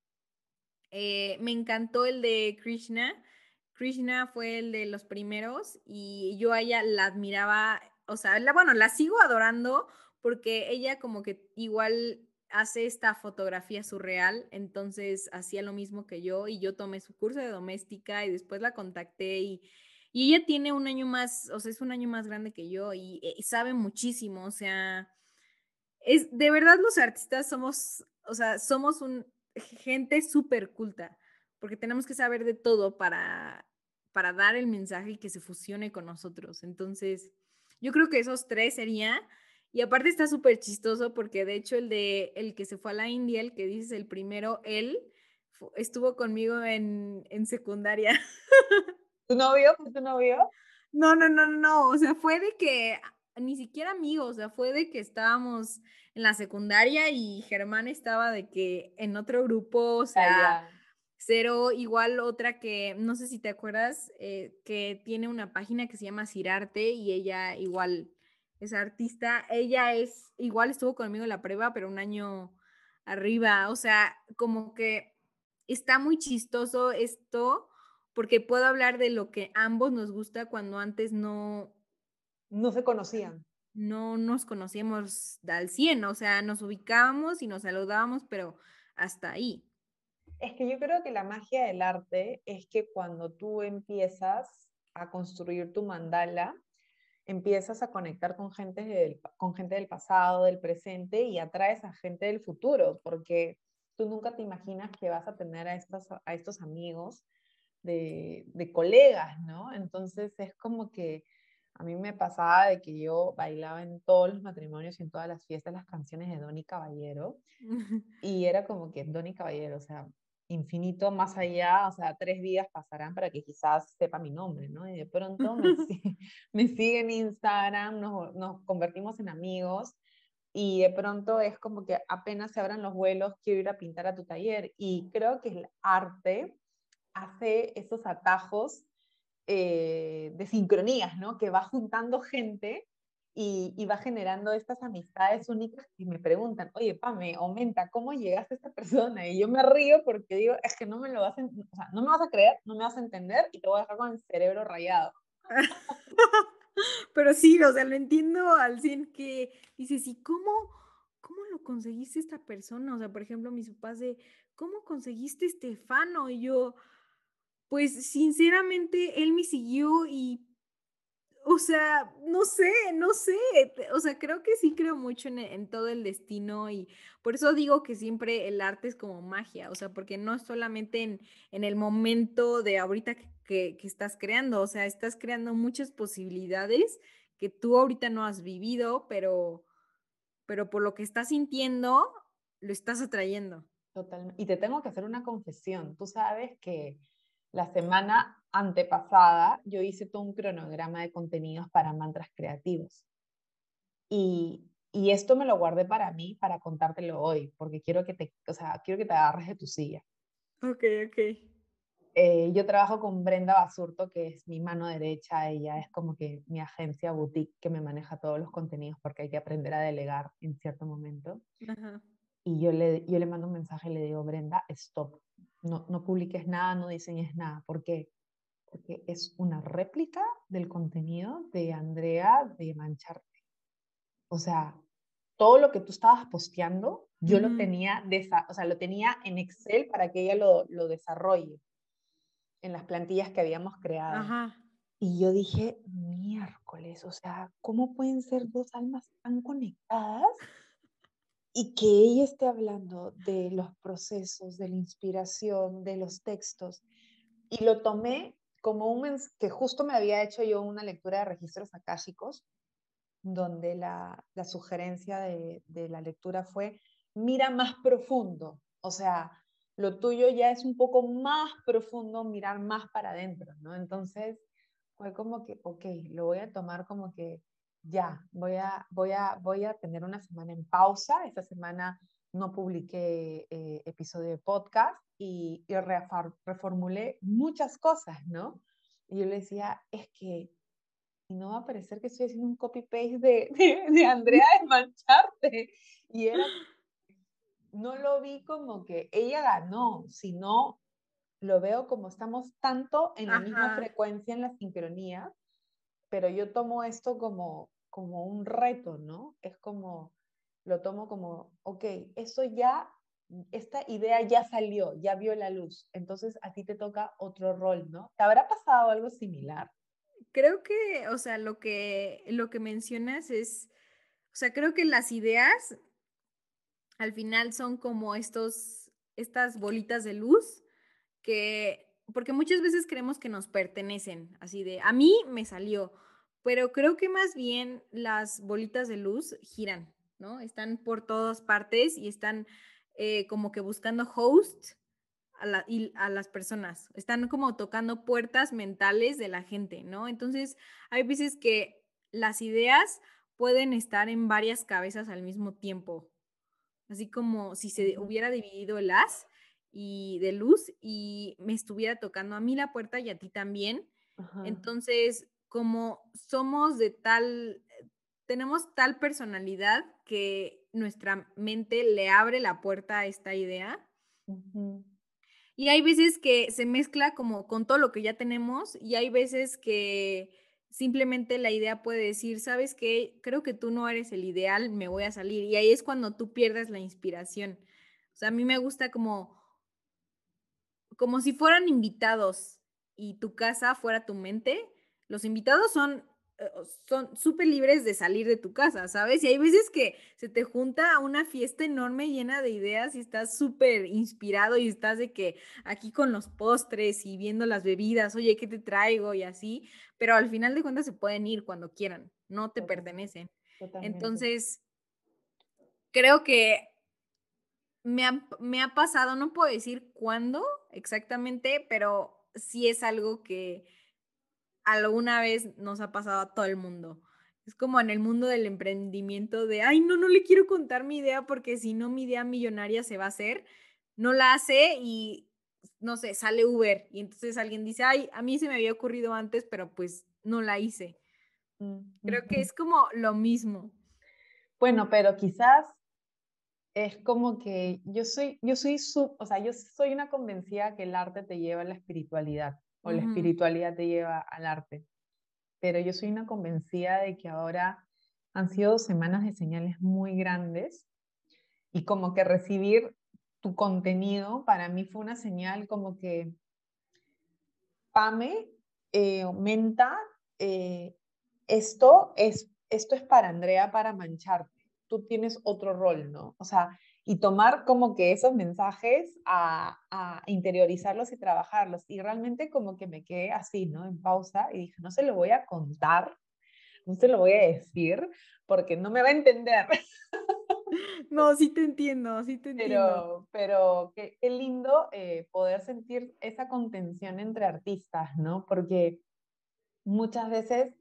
Me encantó el de Krishna. Krishna fue el de los primeros y yo a ella la admiraba, o sea, bueno, la sigo adorando porque ella como que igual hace esta fotografía surreal, entonces hacía lo mismo que yo y yo tomé su curso de doméstica y después la contacté y ella tiene un año más, o sea, es un año más grande que yo y sabe muchísimo, o sea, es de verdad los artistas somos, o sea, somos gente súper culta, porque tenemos que saber de todo para dar el mensaje y que se fusione con nosotros. Entonces, yo creo que esos tres sería, y aparte está súper chistoso porque de hecho el que se fue a la India, el que dices el primero, él estuvo conmigo en secundaria. ¿Tu novio? ¿Fue tu novio? No, no, no, no, o sea, fue de que ni siquiera amigos, o sea, fue de que estábamos en la secundaria y Germán estaba de que en otro grupo, o sea, Allá. cero, igual otra que, no sé si te acuerdas, que tiene una página que se llama Cirarte y ella igual es artista, ella es, igual estuvo conmigo en la prueba, pero un año arriba, o sea, como que está muy chistoso esto porque puedo hablar de lo que ambos nos gusta cuando antes No se conocían. no nos conocíamos al 100, o sea, nos ubicábamos y nos saludábamos, pero hasta ahí. Es que yo creo que la magia del arte es que cuando tú empiezas a construir tu mandala, empiezas a conectar con gente del pasado, del presente y atraes a gente del futuro, porque tú nunca te imaginas que vas a tener a estos amigos de colegas, ¿no? Entonces es como que a mí me pasaba de que yo bailaba en todos los matrimonios y en todas las fiestas las canciones de Donny Caballero y era como que Donny Caballero, o sea, infinito más allá, o sea, 3 días pasarán para que quizás sepa mi nombre, ¿no? Y de pronto me sigue en Instagram, nos convertimos en amigos y de pronto es como que apenas se abran los vuelos, quiero ir a pintar a tu taller. Y creo que el arte hace esos atajos de sincronías, ¿no? Que va juntando gente y va generando estas amistades únicas que me preguntan, oye, Pame, aumenta, ¿cómo llegaste a esta persona? Y yo me río porque digo, es que no me lo vas a, o sea, no me vas a creer, no me vas a entender y te voy a dejar con el cerebro rayado. Pero sí, o sea, lo entiendo al 100 que dices, ¿y cómo lo conseguiste esta persona? O sea, por ejemplo, mis papás de, ¿cómo conseguiste Estefano? Y yo, pues sinceramente, él me siguió y o sea, no sé, o sea, creo que sí creo mucho en todo el destino y por eso digo que siempre el arte es como magia, o sea, porque no es solamente en el momento de ahorita que estás creando, o sea, estás creando muchas posibilidades que tú ahorita no has vivido, pero por lo que estás sintiendo, lo estás atrayendo. Totalmente. Y te tengo que hacer una confesión. Tú sabes que la semana antepasada yo hice todo un cronograma de contenidos para mantras creativos. Y Y esto me lo guardé para mí, para contártelo hoy, porque quiero que quiero que te agarres de tu silla. Ok, ok. Yo trabajo con Brenda Basurto, que es mi mano derecha. Ella es como que mi agencia boutique que me maneja todos los contenidos porque hay que aprender a delegar en cierto momento. Ajá. Y yo le mando un mensaje y le digo, Brenda, stop. No publiques nada, no diseñes nada. ¿Por qué? Porque es una réplica del contenido de Andrea de Mancharte. O sea, todo lo que tú estabas posteando, yo lo tenía, lo tenía en Excel para que ella lo desarrolle en las plantillas que habíamos creado. Ajá. Y yo dije, miércoles, o sea, ¿cómo pueden ser dos almas tan conectadas? Y que ella esté hablando de los procesos, de la inspiración, de los textos. Y lo tomé como que justo me había hecho yo una lectura de registros akáshicos, donde la sugerencia de la lectura fue, mira más profundo. O sea, lo tuyo ya es un poco más profundo, mirar más para adentro, ¿no? Entonces fue como que, ok, lo voy a tomar como que ya, voy a tener una semana en pausa. Esta semana no publiqué episodio de podcast y reformulé muchas cosas, ¿no? Y yo le decía, es que y no va a parecer que estoy haciendo un copy-paste de Andrea de Mancharte. Y no lo vi como que ella ganó, sino lo veo como estamos tanto en la misma Ajá. frecuencia, en la sincronía, pero yo tomo esto como un reto, ¿no? Es como, lo tomo como, ok, esta idea ya salió, ya vio la luz, entonces a ti te toca otro rol, ¿no? ¿Te habrá pasado algo similar? Creo que, o sea, lo que mencionas es, o sea, creo que las ideas al final son como estas bolitas de luz porque muchas veces creemos que nos pertenecen, así de, a mí me salió, pero creo que más bien las bolitas de luz giran, ¿no? Están por todas partes y están como que buscando host y a las personas, están como tocando puertas mentales de la gente, ¿no? Entonces, hay veces que las ideas pueden estar en varias cabezas al mismo tiempo, así como si se Ujú. hubiera dividido el haz y de luz y me estuviera tocando a mí la puerta y a ti también. Ajá. Entonces, como somos tenemos tal personalidad que nuestra mente le abre la puerta a esta idea. Ujú. Y hay veces que se mezcla como con todo lo que ya tenemos y hay veces que simplemente la idea puede decir, ¿sabes qué? Creo que tú no eres el ideal, me voy a salir. Y ahí es cuando tú pierdes la inspiración. O sea, a mí me gusta como si fueran invitados y tu casa fuera tu mente. Los invitados son súper libres de salir de tu casa, ¿sabes? Y hay veces que se te junta una fiesta enorme llena de ideas y estás súper inspirado y estás de que aquí con los postres y viendo las bebidas, oye, ¿qué te traigo? Y así, pero al final de cuentas se pueden ir cuando quieran, no te Totalmente, pertenecen. totalmente. Entonces, creo que me ha pasado, no puedo decir cuándo exactamente, pero sí es algo que alguna vez nos ha pasado a todo el mundo. Es como en el mundo del emprendimiento de, ay, no le quiero contar mi idea porque si no mi idea millonaria se va a hacer. No la hace y, no sé, sale Uber y entonces alguien dice, ay, a mí se me había ocurrido antes, pero pues no la hice. Creo que Ujú. es como lo mismo. Bueno, pero quizás es como que yo soy una convencida que el arte te lleva a la espiritualidad o la Ujú. espiritualidad te lleva al arte, pero yo soy una convencida de que ahora han sido semanas de señales muy grandes y como que recibir tu contenido para mí fue una señal como que Pame, Menta, eh, esto es para Andrea, para mancharte. Tú tienes otro rol, ¿no? O sea, y tomar como que esos mensajes a interiorizarlos y trabajarlos. Y realmente como que me quedé así, ¿no? En pausa y dije, no se lo voy a contar, no se lo voy a decir, porque no me va a entender. No, sí te entiendo, sí te entiendo. Pero qué lindo poder sentir esa contención entre artistas, ¿no? Porque muchas veces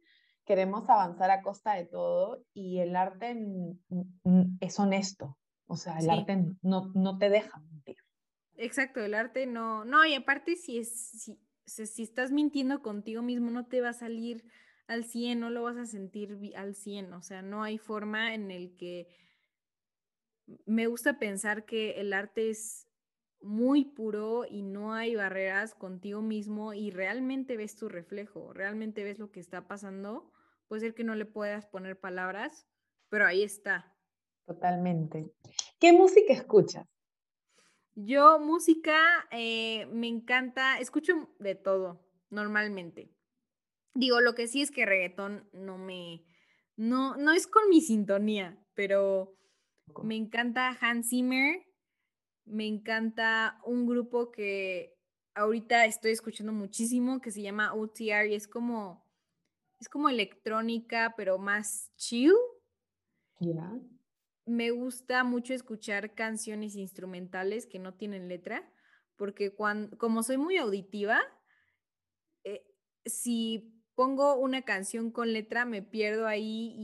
queremos avanzar a costa de todo y el arte es honesto. O sea, el Sí, arte no te deja mentir. exacto, el arte no, y aparte si estás mintiendo contigo mismo, no te va a salir al 100, no lo vas a sentir al 100, o sea, no hay forma en el que me gusta pensar que el arte es muy puro y no hay barreras contigo mismo y realmente ves tu reflejo, realmente ves lo que está pasando. Puede ser que no le puedas poner palabras, pero ahí está. Totalmente. ¿Qué música escuchas? Yo música me encanta, escucho de todo normalmente. Digo, lo que sí es que reggaetón no es con mi sintonía, pero me encanta Hans Zimmer. Me encanta un grupo que ahorita estoy escuchando muchísimo que se llama OTR y es como electrónica, pero más chill. Ya. Me gusta mucho escuchar canciones instrumentales que no tienen letra, porque como soy muy auditiva, eh, si pongo una canción con letra, me pierdo ahí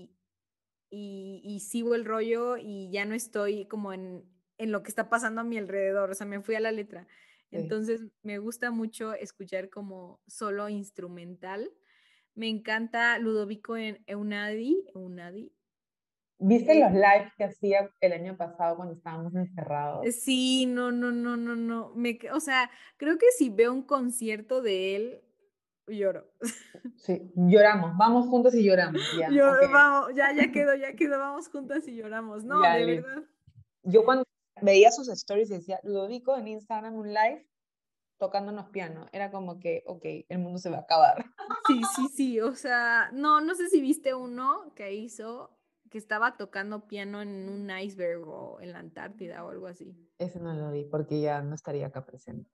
y sigo el rollo y ya no estoy como en lo que está pasando a mi alrededor, o sea, me fui a la letra. Sí. Entonces, me gusta mucho escuchar como solo instrumental. Me encanta Ludovico en Eunadi. ¿Viste Eh, los lives que hacía el año pasado cuando estábamos encerrados? sí, no. O sea, creo que si veo un concierto de él, lloro. Sí, lloramos, vamos juntos y lloramos, ya, ok, Vamos, ya quedó, vamos juntas y lloramos. No, ya, de listo. verdad. Yo cuando veía sus stories decía, Ludovico en Instagram un live tocándonos piano, era como que, ok, el mundo se va a acabar. Sí, o sea, no sé si viste uno que hizo que estaba tocando piano en un iceberg o en la Antártida o algo así. Ese no lo vi porque ya no estaría acá presente.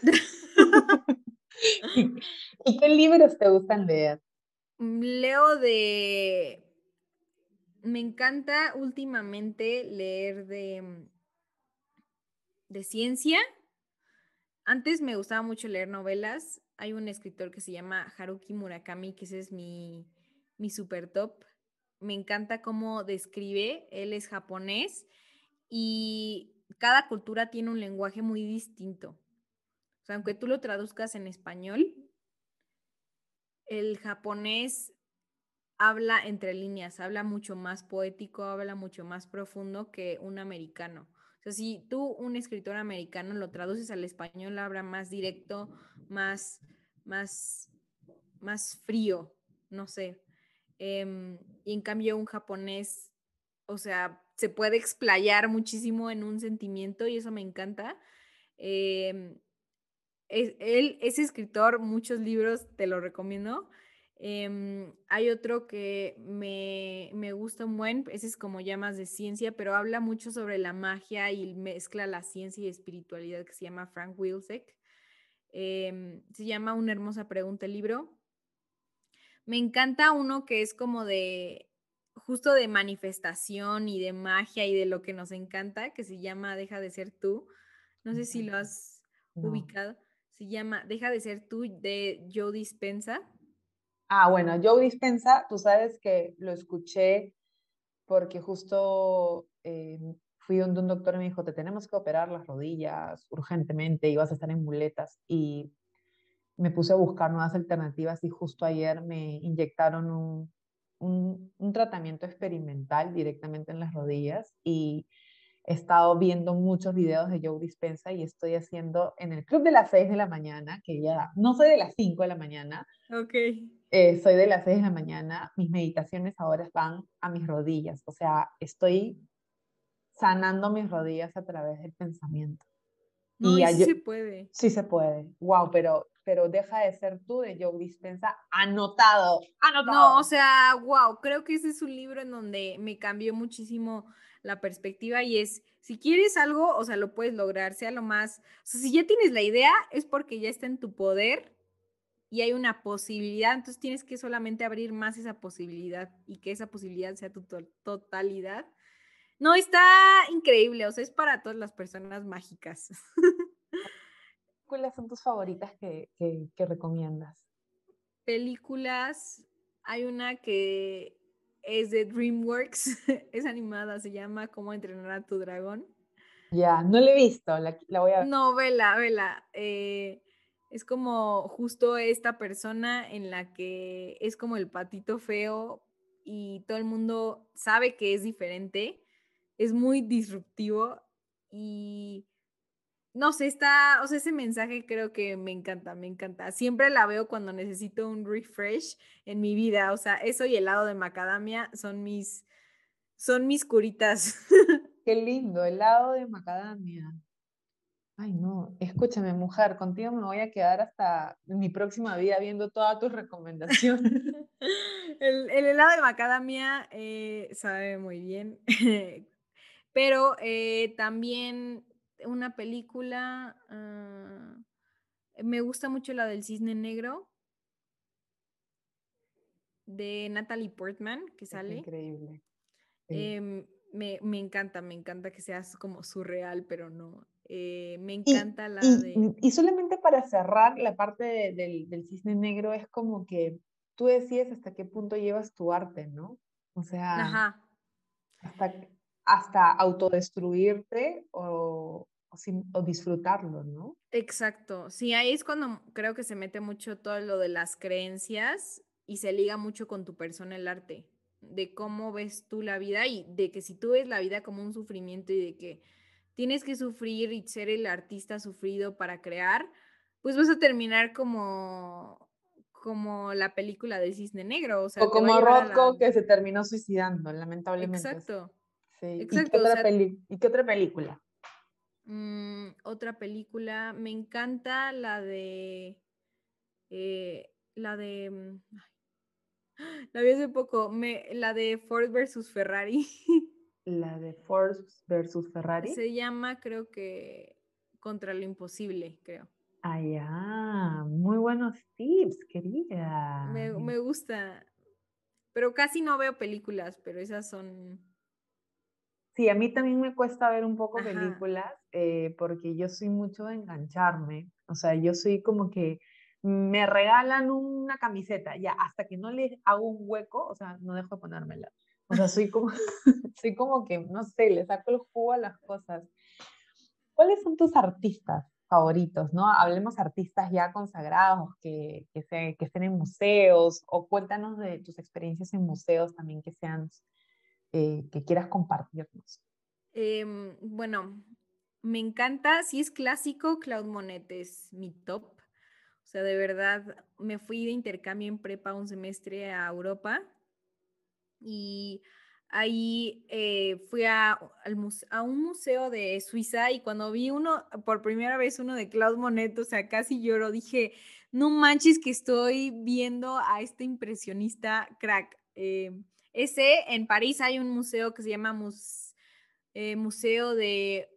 ¿Y qué libros te gustan leer? Leo de... Me encanta últimamente leer de ciencia. Antes me gustaba mucho leer novelas. Hay un escritor que se llama Haruki Murakami, que ese es mi super top. Me encanta cómo describe. Él es japonés y cada cultura tiene un lenguaje muy distinto. O sea, aunque tú lo traduzcas en español, el japonés habla entre líneas, habla mucho más poético, habla mucho más profundo que un americano. O sea, si tú, un escritor americano, lo traduces al español, habla más directo, más, más, más frío, no sé. Y en cambio, un japonés, o sea, se puede explayar muchísimo en un sentimiento y eso me encanta. Em, Él es escritor, muchos libros te lo recomiendo. Hay otro que me gusta un buen, ese es como ya más de ciencia, pero habla mucho sobre la magia y mezcla la ciencia y espiritualidad, que se llama Frank Wilczek. Se llama Una hermosa pregunta el libro. Me encanta uno que es como de, justo de manifestación y de magia y de lo que nos encanta, que se llama Deja de ser tú. No Me sé si lo encanta. has No. ubicado. Se llama Deja de ser tú de Joe Dispenza. Ah, bueno, Joe Dispenza, tú sabes que lo escuché porque justo fui donde un doctor y me dijo, te tenemos que operar las rodillas urgentemente y vas a estar en muletas. Y me puse a buscar nuevas alternativas y justo ayer me inyectaron un tratamiento experimental directamente en las rodillas y he estado viendo muchos videos de Joe Dispenza y estoy haciendo en el club de las 6 de la mañana, que ya no soy de las 5 de la mañana, Ok. soy de las 6 de la mañana, mis meditaciones ahora van a mis rodillas, o sea, estoy sanando mis rodillas a través del pensamiento. No, Y y a sí yo, se puede. sí se puede, wow, pero deja de ser tú de Joe Dispensa, anotado, No, o anotado. sea, wow, creo que ese es un libro en donde me cambió muchísimo la perspectiva y es, si quieres algo, o sea, lo puedes lograr, sea lo más, o sea, si ya tienes la idea, es porque ya está en tu poder y hay una posibilidad, entonces tienes que solamente abrir más esa posibilidad y que esa posibilidad sea tu totalidad. No, está increíble, o sea, es para todas las personas mágicas. ¿Cuáles son tus favoritas que recomiendas? Películas, Hay una que es de DreamWorks, es animada, se llama Cómo entrenar a tu dragón. Ya, no la he visto, la voy a ver. No, vela, vela. Es como justo esta persona en la que es como el patito feo y todo el mundo sabe que es diferente, es muy disruptivo y no sé, está, o sea, ese mensaje creo que me encanta, me encanta. Siempre la veo cuando necesito un refresh en mi vida, o sea, eso y helado de macadamia son mis curitas. Qué lindo, helado de macadamia. Ay, no, escúchame, mujer, contigo me voy a quedar hasta mi próxima vida viendo todas tus recomendaciones. El helado de macadamia sabe muy bien, pero también una película, me gusta mucho la del Cisne Negro de Natalie Portman que Es sale. increíble. Sí. Me encanta que seas como surreal, pero no. Me Y, encanta la y, de... y solamente para cerrar la parte del cisne negro, es como que tú decides hasta qué punto llevas tu arte, ¿no? O sea, Ajá, hasta, hasta autodestruirte o disfrutarlo, ¿no? exacto. Sí, ahí es cuando creo que se mete mucho todo lo de las creencias y se liga mucho con tu persona el arte, de cómo ves tú la vida y de que si tú ves la vida como un sufrimiento y de que tienes que sufrir y ser el artista sufrido para crear, pues vas a terminar como la película de Cisne Negro, o O sea, te va a como llevar a la... Rothko que se terminó suicidando, lamentablemente. Exacto, Sí. exacto, o sea, ¿Y qué otra película? otra película, me encanta la de, la vi hace poco, la de Ford versus Ferrari, La de Ford versus Ferrari. se llama creo que Contra lo Imposible, creo. Ah, ya, muy buenos tips, querida. Me gusta, pero casi no veo películas, pero esas son, Sí, a mí también me cuesta ver un poco ajá, películas porque yo soy mucho de engancharme. O sea, yo soy como que me regalan una camiseta, ya, hasta que no les hago un hueco, o sea, no dejo de ponérmela. O sea, soy como, soy como que, no sé, le saco el jugo a las cosas. ¿Cuáles son tus artistas favoritos, no? Hablemos artistas ya consagrados que estén en museos o cuéntanos de tus experiencias en museos también que sean, que quieras compartirnos. bueno, me encanta, si es clásico, Claude Monet es mi top. O sea, de verdad, me fui de intercambio en prepa un semestre a Europa y ahí fui a un museo de Suiza y cuando vi por primera vez uno de Claude Monet, o sea, casi lloro, dije, no manches que estoy viendo a este impresionista crack. En París hay un museo que se llama Museo de,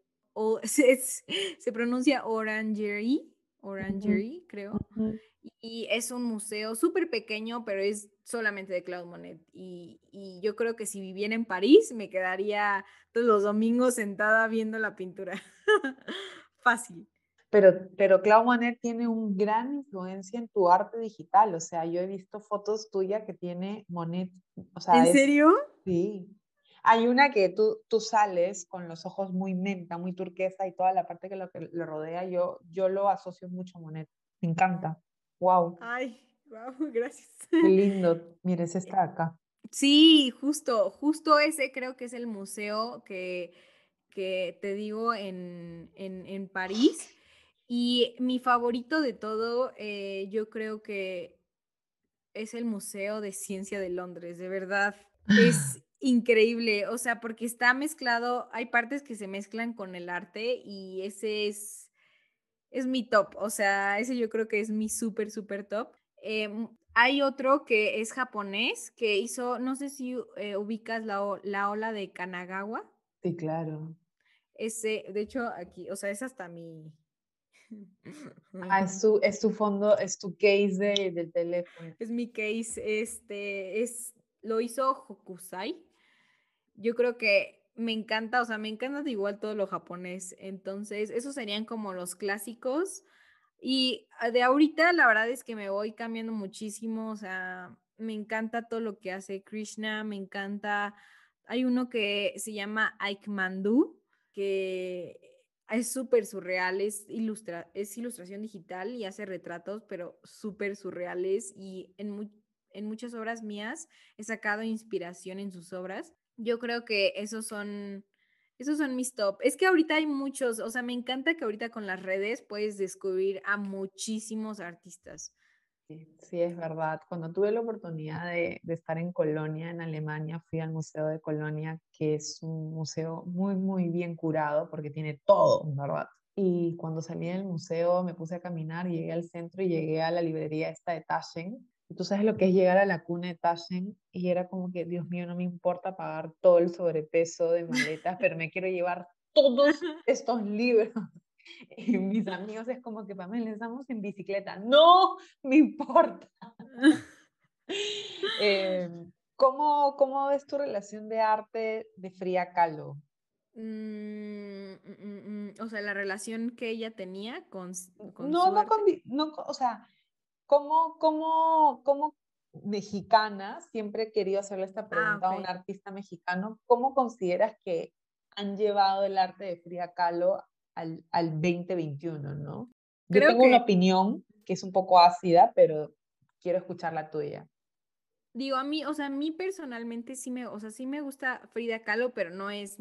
se pronuncia Ujú, Orangerie, creo. ujú. Y es un museo súper pequeño, pero es solamente de Claude Monet. Y yo creo que si viviera en París, me quedaría todos los domingos sentada viendo la pintura. Fácil. Pero Clau Monet tiene un gran influencia en tu arte digital, o sea, yo he visto fotos tuyas que tiene Monet, o sea, ¿En es, serio? sí. Hay una que tú sales con los ojos muy menta, muy turquesa y toda la parte que lo rodea, yo lo asocio mucho a Monet. Me encanta. Wow, Ay, wow, gracias. qué lindo. Mire, ese está acá. Sí, justo ese creo que es el museo que te digo en París. Y mi favorito de todo, yo creo que es el Museo de Ciencia de Londres, de verdad. Es increíble, o sea, porque está mezclado, hay partes que se mezclan con el arte y ese es mi top, o sea, ese yo creo que es mi súper top. Hay otro que es japonés, que hizo, no sé si ubicas la ola de Kanagawa. Sí, claro. Ese, de hecho, aquí, o sea, es hasta mi... Ah, es tu fondo, es tu case del teléfono. Es mi case, lo hizo Hokusai. Yo creo que me encanta, o sea, me encanta de igual todo lo japonés. Entonces, esos serían como los clásicos. Y de ahorita, la verdad es que me voy cambiando muchísimo, o sea, me encanta todo lo que hace Krishna, me encanta, hay uno que se llama Aikmandu, que es súper surreal, es ilustración digital y hace retratos, pero súper surreales y en muchas obras mías he sacado inspiración en sus obras. Yo creo que esos son mis top. Es que ahorita hay muchos, o sea, me encanta que ahorita con las redes puedes descubrir a muchísimos artistas. Sí, sí, es verdad. Cuando tuve la oportunidad de estar en Colonia, en Alemania, fui al Museo de Colonia, que es un museo muy, muy bien curado porque tiene todo, ¿verdad? Y cuando salí del museo me puse a caminar, llegué al centro y llegué a la librería esta de Taschen. Y tú sabes lo que es llegar a la cuna de Taschen y era como que, Dios mío, no me importa pagar todo el sobrepeso de maletas, pero me quiero llevar todos estos libros. Y mis amigos es como que, Pamela, estamos en bicicleta. No me importa. Eh, ¿cómo ves tu relación de arte de Frida Kahlo? O sea, la relación que ella tenía con No, su no, arte. o sea, ¿cómo mexicana, siempre he querido hacerle esta Ah, pregunta a un ok. artista mexicano, ¿cómo consideras que han llevado el arte de Frida Kahlo al 2021, ¿no? Yo Creo tengo una que, opinión que es un poco ácida, pero quiero escuchar la tuya. digo, a mí, o sea, a mí personalmente o sea, sí me gusta Frida Kahlo, pero no es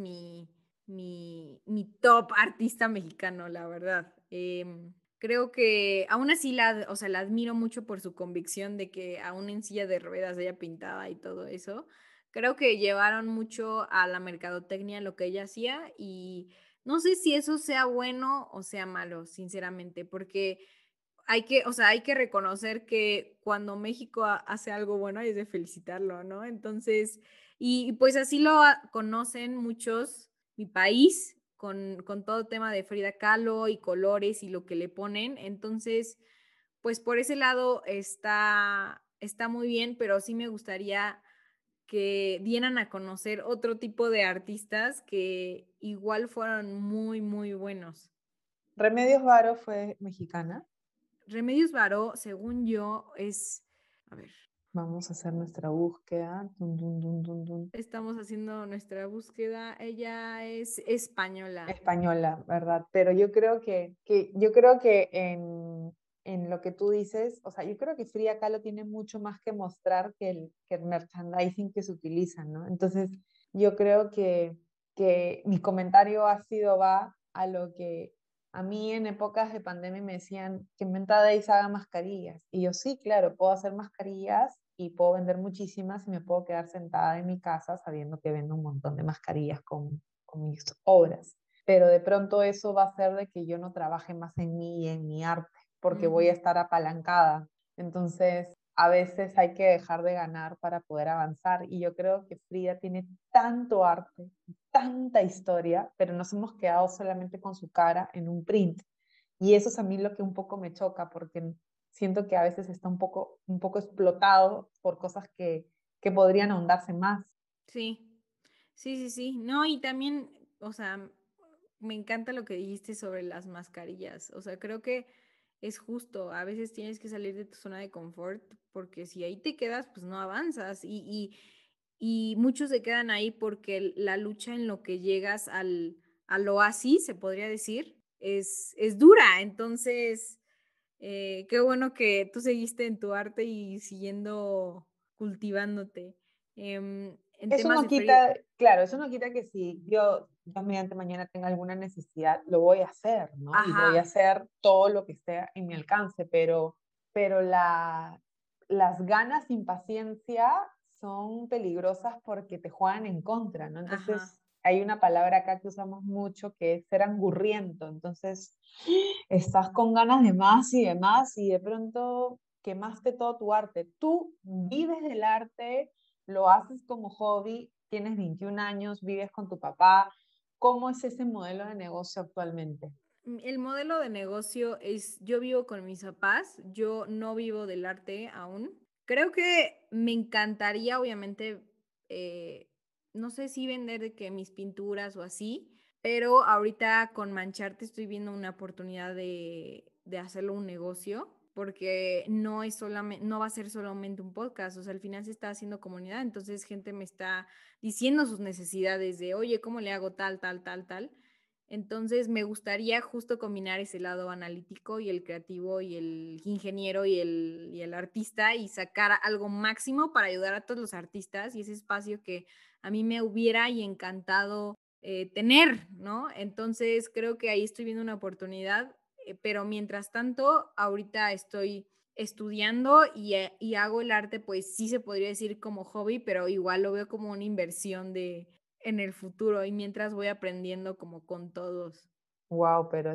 mi top artista mexicano, la verdad. Creo que aún así o sea, la admiro mucho por su convicción de que aún en silla de ruedas ella pintaba y todo eso. Creo que llevaron mucho a la mercadotecnia lo que ella hacía y no sé si eso sea bueno o sea malo, sinceramente, porque o sea, hay que reconocer que cuando México hace algo bueno es de felicitarlo, ¿no? Entonces, y pues así conocen muchos mi país con todo tema de Frida Kahlo y colores y lo que le ponen. Entonces, pues por ese lado está muy bien, pero sí me gustaría que dieran a conocer otro tipo de artistas que igual fueron muy, muy buenos. Remedios Varo fue mexicana. Remedios Varo, según yo, a ver, Vamos a hacer nuestra búsqueda. Dun, dun, dun, dun, dun. estamos haciendo nuestra búsqueda. Ella es española. Española, ¿verdad? Pero yo creo que en lo que tú dices, o sea, yo creo que Frida Kahlo tiene mucho más que mostrar que el merchandising que se utiliza, ¿no? Entonces, yo creo que mi comentario ácido va a lo que a mí en épocas de pandemia me decían que en Venta Days haga mascarillas. Y yo sí, claro, puedo hacer mascarillas y puedo vender muchísimas y me puedo quedar sentada en mi casa sabiendo que vendo un montón de mascarillas con mis obras, pero de pronto eso va a hacer de que yo no trabaje más en mí y en mi arte, porque voy a Ujú. estar apalancada. Entonces, a veces hay que dejar de ganar para poder avanzar y yo creo que Frida tiene tanto arte, tanta historia, pero nos hemos quedado solamente con su cara en un print. Y eso es a mí lo que un poco me choca, porque siento que a veces está un poco explotado por cosas que podrían ahondarse más. Sí, sí, sí, sí. No, y también, o sea, me encanta lo que dijiste sobre las mascarillas. O sea, creo que es justo. A veces tienes que salir de tu zona de confort porque si ahí te quedas, pues no avanzas. Y muchos se quedan ahí porque la lucha en lo que llegas al oasis, se podría decir, es dura. Entonces, qué bueno que tú seguiste en tu arte y siguiendo cultivándote. En Eso temas no de feria. quita, claro, eso no quita que si yo mediante mañana tenga alguna necesidad, lo voy a hacer, ¿no? Y voy a Ajá. hacer todo lo que esté en mi alcance, pero las ganas sin paciencia son peligrosas porque te juegan en contra, ¿no? Ajá. Entonces, hay una palabra acá que usamos mucho que es ser angurriento. Entonces, estás con ganas de más y de pronto quemaste todo tu arte. Tú vives del arte, lo haces como hobby, tienes 21 años, vives con tu papá. ¿Cómo es ese modelo de negocio actualmente? El modelo de negocio es, yo vivo con mis papás, yo no vivo del arte aún. Creo que me encantaría, obviamente, eh, no sé si vender de que mis pinturas o así, pero ahorita con Mancharte estoy viendo una oportunidad de hacerlo un negocio. porque no es solamente, no va a ser solamente un podcast, o sea, al final se está haciendo comunidad, entonces gente me está diciendo sus necesidades de, oye, ¿cómo le hago tal, tal, tal, tal? Entonces me gustaría justo combinar ese lado analítico y el creativo y el ingeniero y el artista y sacar algo máximo para ayudar a todos los artistas y ese espacio que a mí me hubiera y encantado tener, ¿no? Entonces creo que ahí estoy viendo una oportunidad, pero mientras tanto, ahorita estoy estudiando y hago el arte, pues sí se podría decir como hobby, pero igual lo veo como una inversión en el futuro y mientras voy aprendiendo como con todos. Wow, pero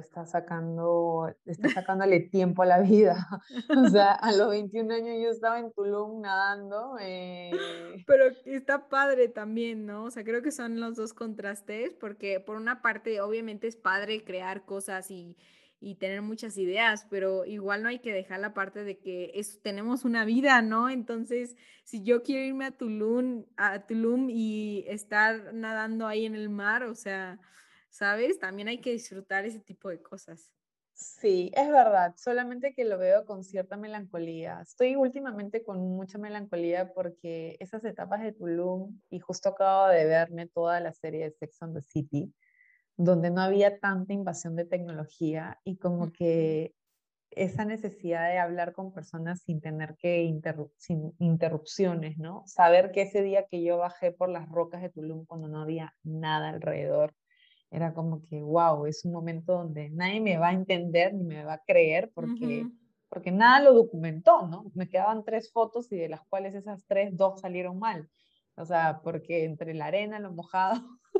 está sacándole tiempo a la vida. O sea, a los 21 años yo estaba en Tulum nadando. Pero está padre también, ¿no? O sea, creo que son los dos contrastes, porque por una parte, obviamente es padre crear cosas y tener muchas ideas, pero igual no hay que dejar la parte de que tenemos una vida, ¿no? Entonces, si yo quiero irme a Tulum y estar nadando ahí en el mar, o sea, ¿sabes? También hay que disfrutar ese tipo de cosas. Sí, es verdad, solamente que lo veo con cierta melancolía. Estoy últimamente con mucha melancolía porque esas etapas de Tulum, y justo acabo de verme toda la serie de Sex and the City, donde no había tanta invasión de tecnología y como Ujú. que esa necesidad de hablar con personas sin tener que sin interrupciones, ¿no? Saber que ese día que yo bajé por las rocas de Tulum cuando no había nada alrededor, era como que, wow, es un momento donde nadie me va a entender ni me va a creer Ujú. porque nada lo documentó, ¿no? Me quedaban 3 fotos y de las cuales esas 3, 2 salieron mal. O sea, porque entre la arena, lo mojado,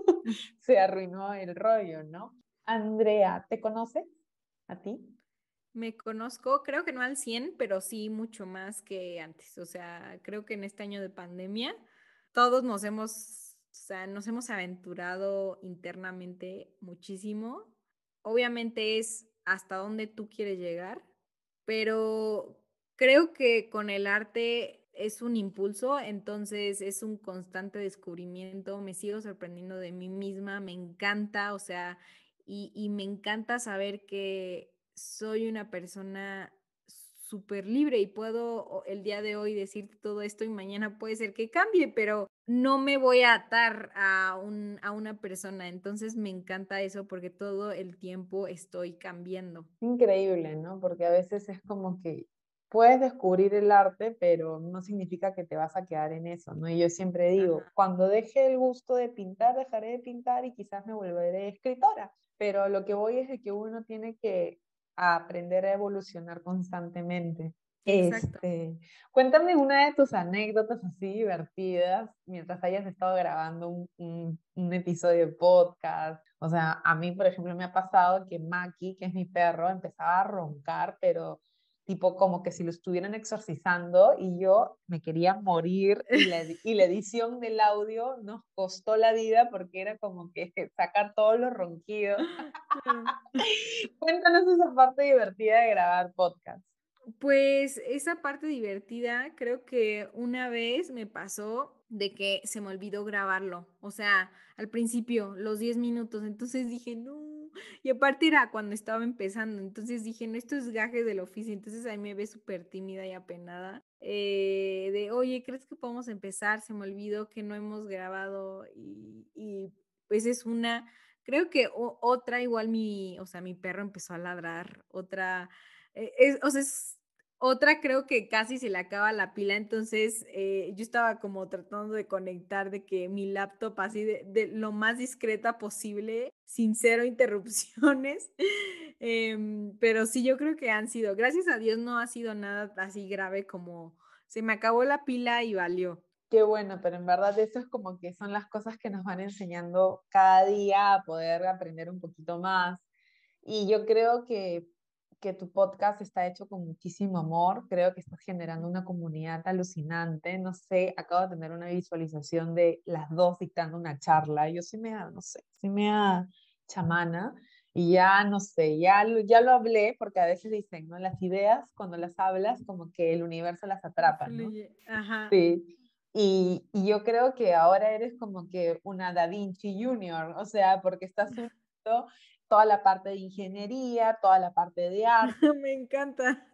se arruinó el rollo, ¿no? Andrea, ¿te conoces a ti? Me conozco, creo que no al 100 pero sí mucho más que antes. O sea, creo que en este año de pandemia todos nos hemos aventurado internamente muchísimo. Obviamente es hasta dónde tú quieres llegar, pero creo que con el arte es un impulso, entonces es un constante descubrimiento. Me sigo sorprendiendo de mí misma, me encanta, o sea, y me encanta saber que soy una persona súper libre y puedo el día de hoy decir todo esto y mañana puede ser que cambie, pero no me voy a atar a una persona. Entonces me encanta eso porque todo el tiempo estoy cambiando. Increíble, ¿no? Porque a veces es como que puedes descubrir el arte, pero no significa que te vas a quedar en eso, ¿no? Y yo siempre digo, Ajá. cuando deje el gusto de pintar, dejaré de pintar y quizás me volveré escritora, pero lo que voy es de que uno tiene que aprender a evolucionar constantemente. Exacto. Cuéntame una de tus anécdotas así divertidas mientras hayas estado grabando un episodio de podcast. O sea, a mí, por ejemplo, me ha pasado que Maki, que es mi perro, empezaba a roncar, pero tipo como que si lo estuvieran exorcizando y yo me quería morir y la edición del audio nos costó la vida porque era como que sacar todos los ronquidos. Claro. Cuéntanos esa parte divertida de grabar podcast. Pues esa parte divertida, creo que una vez me pasó de que se me olvidó grabarlo, o sea, al principio, los 10 minutos, entonces dije, no, y aparte era cuando estaba empezando, entonces dije, no, esto es gaje del oficio, entonces ahí me ve súper tímida y apenada, oye, ¿crees que podemos empezar? Se me olvidó que no hemos grabado y pues es una, creo que otra igual o sea, mi perro empezó a ladrar, otra o sea, es otra creo que casi se le acaba la pila, entonces, yo estaba como tratando de conectar de que mi laptop así de lo más discreta posible, sin cero interrupciones, pero sí, yo creo que han sido, gracias a Dios no ha sido nada así grave como se me acabó la pila y valió. Qué bueno, pero en verdad eso es como que son las cosas que nos van enseñando cada día a poder aprender un poquito más. Y yo creo que tu podcast está hecho con muchísimo amor, creo que estás generando una comunidad alucinante. No sé, acabo de tener una visualización de las dos dictando una charla. Yo sí me da, no sé, sí me da chamana. Y ya, no sé, ya lo hablé, porque a veces dicen, ¿no? Las ideas, cuando las hablas, como que el universo las atrapa, ¿no? Fluye, ajá. Sí, y yo creo que ahora eres como que una Da Vinci Junior, o sea, porque estás uniendo toda la parte de ingeniería, toda la parte de arte, Me encanta.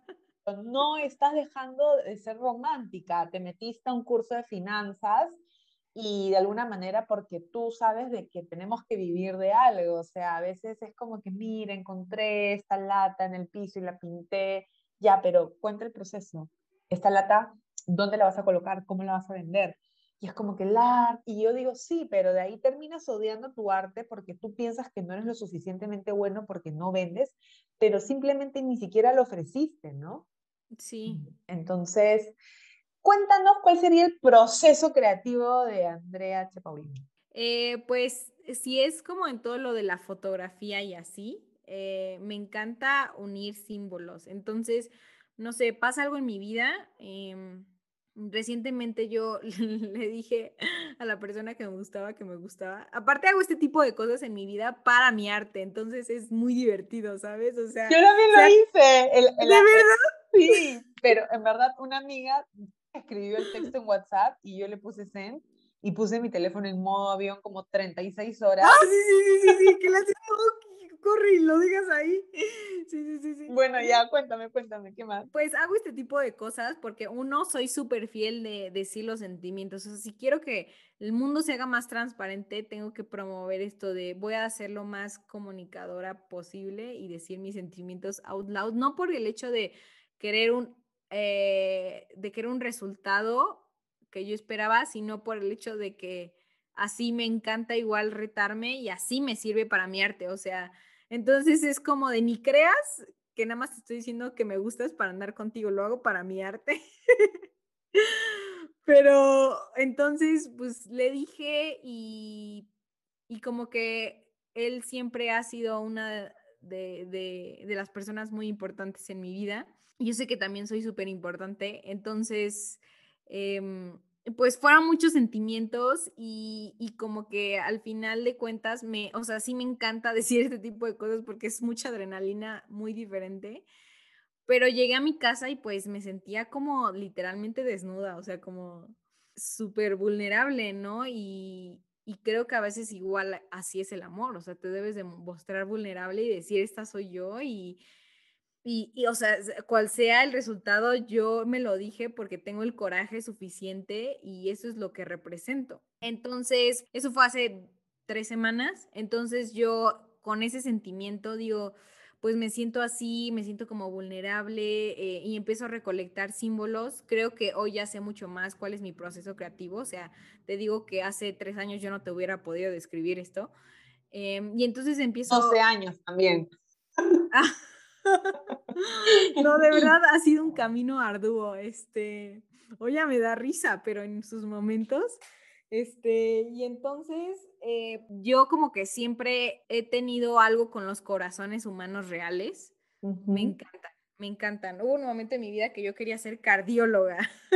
no estás dejando de ser romántica, te metiste a un curso de finanzas y de alguna manera porque tú sabes de que tenemos que vivir de algo, o sea, a veces es como que, mira, encontré esta lata en el piso y la pinté, ya, pero cuenta el proceso. Esta lata, ¿dónde la vas a colocar? ¿Cómo la vas a vender? Y es como que el arte, y yo digo, sí, pero de ahí terminas odiando tu arte porque tú piensas que no eres lo suficientemente bueno porque no vendes, pero simplemente ni siquiera lo ofreciste, ¿no? Sí. Entonces, cuéntanos cuál sería el proceso creativo de Andrea H. Paulino. Pues si es como en todo lo de la fotografía y así, me encanta unir símbolos. Entonces, no sé, pasa algo en mi vida. Recientemente yo le dije a la persona que me gustaba que me gustaba. Aparte hago este tipo de cosas en mi vida para mi arte, entonces es muy divertido, ¿sabes? O Yo también lo sea, hice. ¿de verdad? Sí, pero en verdad una amiga escribió el texto en WhatsApp y yo le puse send y puse mi teléfono en modo avión como 36 Ah, horas. sí, sí, sí, sí, sí, que la haces, no, corre y lo digas ahí. Sí, sí, sí, sí. Bueno, ya, cuéntame, ¿qué más? Pues hago este tipo de cosas porque uno, soy súper fiel de decir los sentimientos. O sea, si quiero que el mundo se haga más transparente, tengo que promover esto de voy a ser lo más comunicadora posible y decir mis sentimientos out loud, no por el hecho de querer un resultado que yo esperaba, sino por el hecho de que así me encanta igual retarme y así me sirve para mi arte. O sea, entonces es como de ni creas que nada más te estoy diciendo que me gustas para andar contigo, lo hago para mi arte. Pero entonces, pues le dije y como que él siempre ha sido una de las personas muy importantes en mi vida. Y yo sé que también soy súper importante. Entonces, pues fueron muchos sentimientos y como que al final de cuentas, o sea, sí me encanta decir este tipo de cosas porque es mucha adrenalina muy diferente. Pero llegué a mi casa y pues me sentía como literalmente desnuda, o sea, como súper vulnerable, ¿no? Y creo que a veces igual así es el amor, o sea, te debes de mostrar vulnerable y decir, esta soy yo o sea, cual sea el resultado, yo me lo dije porque tengo el coraje suficiente y eso es lo que represento. Entonces, eso fue hace 3 semanas, entonces yo con ese sentimiento digo, pues me siento así, me siento como vulnerable y empiezo a recolectar símbolos. Creo que hoy ya sé mucho más cuál es mi proceso creativo, o sea, te digo que hace 3 años yo no te hubiera podido describir esto. Y entonces 12 empiezo... años también. No, de verdad ha sido un camino arduo. Hoy ya me da risa, pero en sus momentos. Y entonces yo como que siempre he tenido algo con los corazones humanos reales. Me Ujú. encantan, me encantan. Hubo un momento en mi vida que yo quería ser cardióloga.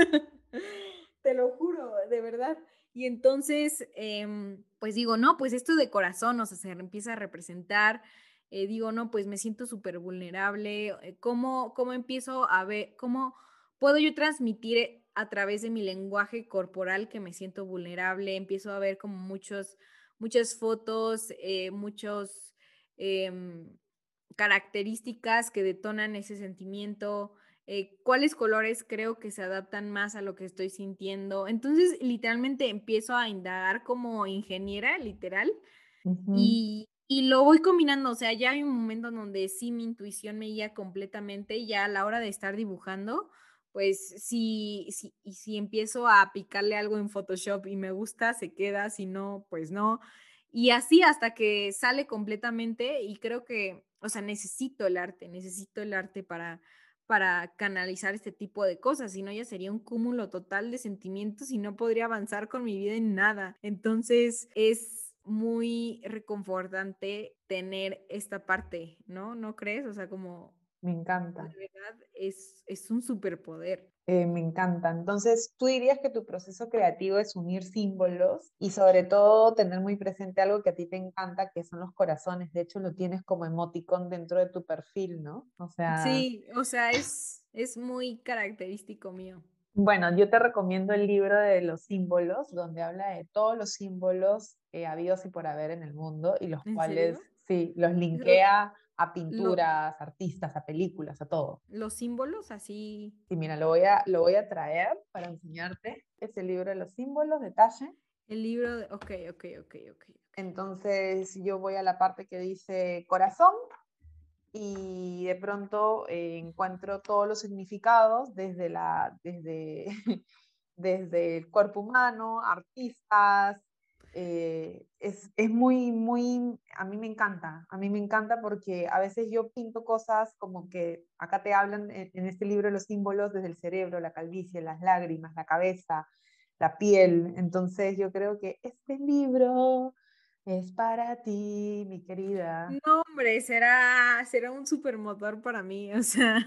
Te lo juro, de verdad. Y entonces, pues digo, no, pues esto de corazón, o sea, se empieza a representar. Digo, no, pues me siento súper vulnerable. ¿Cómo empiezo a ver, cómo puedo yo transmitir a través de mi lenguaje corporal que me siento vulnerable? Empiezo a ver como muchas fotos, muchos em, características que detonan ese sentimiento, cuáles colores creo que se adaptan más a lo que estoy sintiendo. Entonces, literalmente empiezo a indagar como ingeniera, literal, Ujú. y lo voy combinando. O sea, ya hay un momento en donde sí mi intuición me guía completamente, y ya a la hora de estar dibujando, pues si empiezo a picarle algo en Photoshop y me gusta, se queda, si no, pues no. Y así hasta que sale completamente y creo que, o sea, necesito el arte para canalizar este tipo de cosas, si no ya sería un cúmulo total de sentimientos y no podría avanzar con mi vida en nada. Entonces es muy reconfortante tener esta parte, ¿no? ¿No crees? O sea, como Me de encanta. verdad es un superpoder. Me encanta. Entonces, ¿tú dirías que tu proceso creativo es unir símbolos y sobre todo tener muy presente algo que a ti te encanta, que son los corazones? De hecho, lo tienes como emoticón dentro de tu perfil, ¿no? O sea, Sí, o sea, es muy característico mío. bueno, yo te recomiendo el libro de los símbolos, donde habla de todos los símbolos habidos y por haber en el mundo y los ¿En cuales, serio? sí, los O- linkea a Lo- pinturas, artistas, a películas, a todo. los símbolos así. Y mira, lo voy a traer para enseñarte. Es el libro de los símbolos de Talle. El libro de... Ok, ok, ok, ok. Entonces yo voy a la parte que dice corazón y de pronto encuentro todos los significados desde el cuerpo humano, artistas. Es muy, muy, a mí me encanta porque a veces yo pinto cosas como que acá te hablan en este libro los símbolos desde el cerebro, la calvicie, las lágrimas, la cabeza, la piel. Entonces yo creo que este libro es para ti, mi querida. No, hombre, será un supermotor para mí, o sea,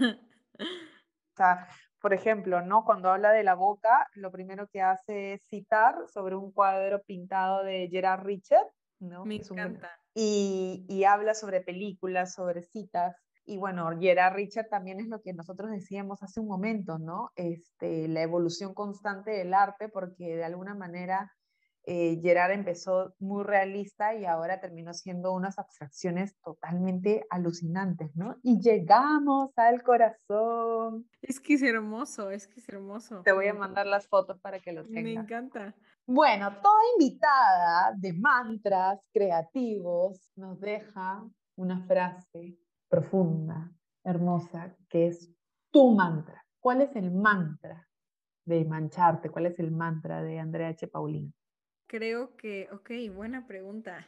O sea, por ejemplo, ¿no? Cuando habla de la boca, lo primero que hace es citar sobre un cuadro pintado de Gerard Richard, ¿no? me Que es un, encanta. y habla sobre películas, sobre citas. Y bueno, Gerard Richard también es lo que nosotros decíamos hace un momento, ¿no? La evolución constante del arte, porque de alguna manera Gerard empezó muy realista y ahora terminó siendo unas abstracciones totalmente alucinantes, ¿no? Y llegamos al corazón. Es que es hermoso, es que es hermoso. Te voy a mandar las fotos para que lo Me tengas. encanta. Bueno, toda invitada de mantras creativos nos deja una frase profunda, hermosa, que es tu mantra. ¿Cuál es el mantra de mancharte? ¿Cuál es el mantra de Andrea H. Paulino? Creo que, ok, buena pregunta.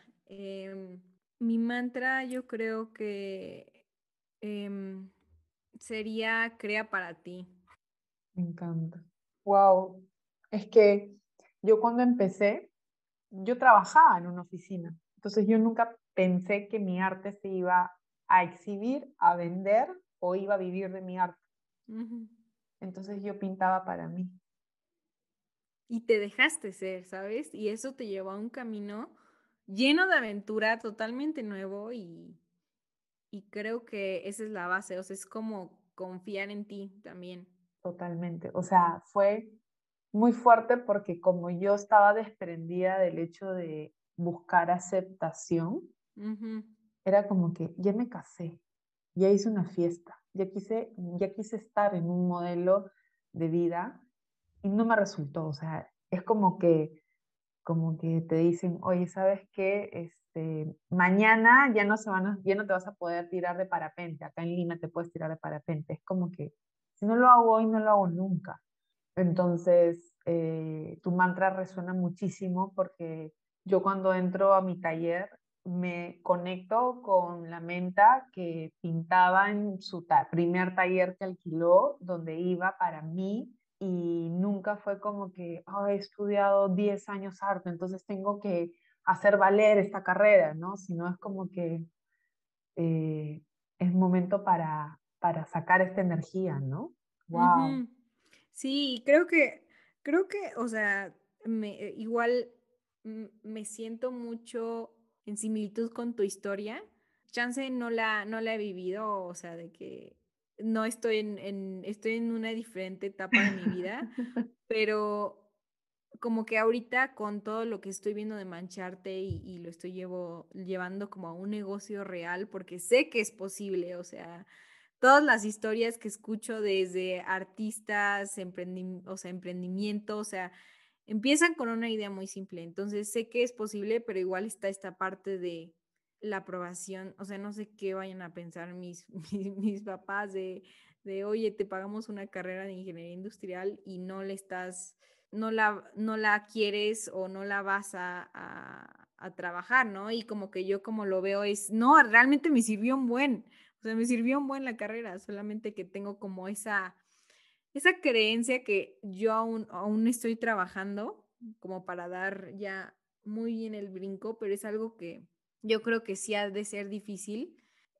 Mi mantra yo creo que em, sería crea para ti. Me encanta. Wow. Es que yo cuando empecé, yo trabajaba en una oficina. Entonces yo nunca pensé que mi arte se iba a exhibir, a vender o iba a vivir de mi arte. Ujú. Entonces yo pintaba para mí. Y te dejaste ser, ¿sabes? Y eso te llevó a un camino lleno de aventura, totalmente nuevo y creo que esa es la base, o sea, es como confiar en ti también. Totalmente. O sea, fue muy fuerte porque como yo estaba desprendida del hecho de buscar aceptación, Ujú, era como que ya me casé, ya hice una fiesta, ya quise estar en un modelo de vida y no me resultó. O sea, es como que te dicen, oye, ¿sabes qué? Mañana ya no te vas a poder tirar de parapente. Acá en Lima te puedes tirar de parapente. Es como que si no lo hago hoy, no lo hago nunca. Entonces, tu mantra resuena muchísimo porque yo cuando entro a mi taller me conecto con la menta que pintaba en su primer taller que alquiló, donde iba para mí y nunca fue como que "Oh, he estudiado 10 años arte, entonces tengo que hacer valer esta carrera", ¿no? Sino es como que eh, es momento para sacar esta energía, ¿no? Wow, ujú. Sí, creo que, o sea, igual me siento mucho en similitud con tu historia. Chance no la he vivido, o sea, de que no estoy estoy en una diferente etapa de mi vida, pero como que ahorita con todo lo que estoy viendo de Mancharte y lo estoy llevando como a un negocio real, porque sé que es posible, o sea, todas las historias que escucho desde artistas, o sea, emprendimiento, o sea, empiezan con una idea muy simple. Entonces sé que es posible, pero igual está esta parte de la aprobación. O sea, no sé qué vayan a pensar mis papás oye, te pagamos una carrera de ingeniería industrial y no le estás, no la quieres o no la vas a trabajar, ¿no? Y como que yo como lo veo es, no, realmente me sirvió un buen. O sea, me sirvió un buen la carrera, solamente que tengo como esa creencia que yo aún estoy trabajando como para dar ya muy bien el brinco, pero es algo que yo creo que sí ha de ser difícil.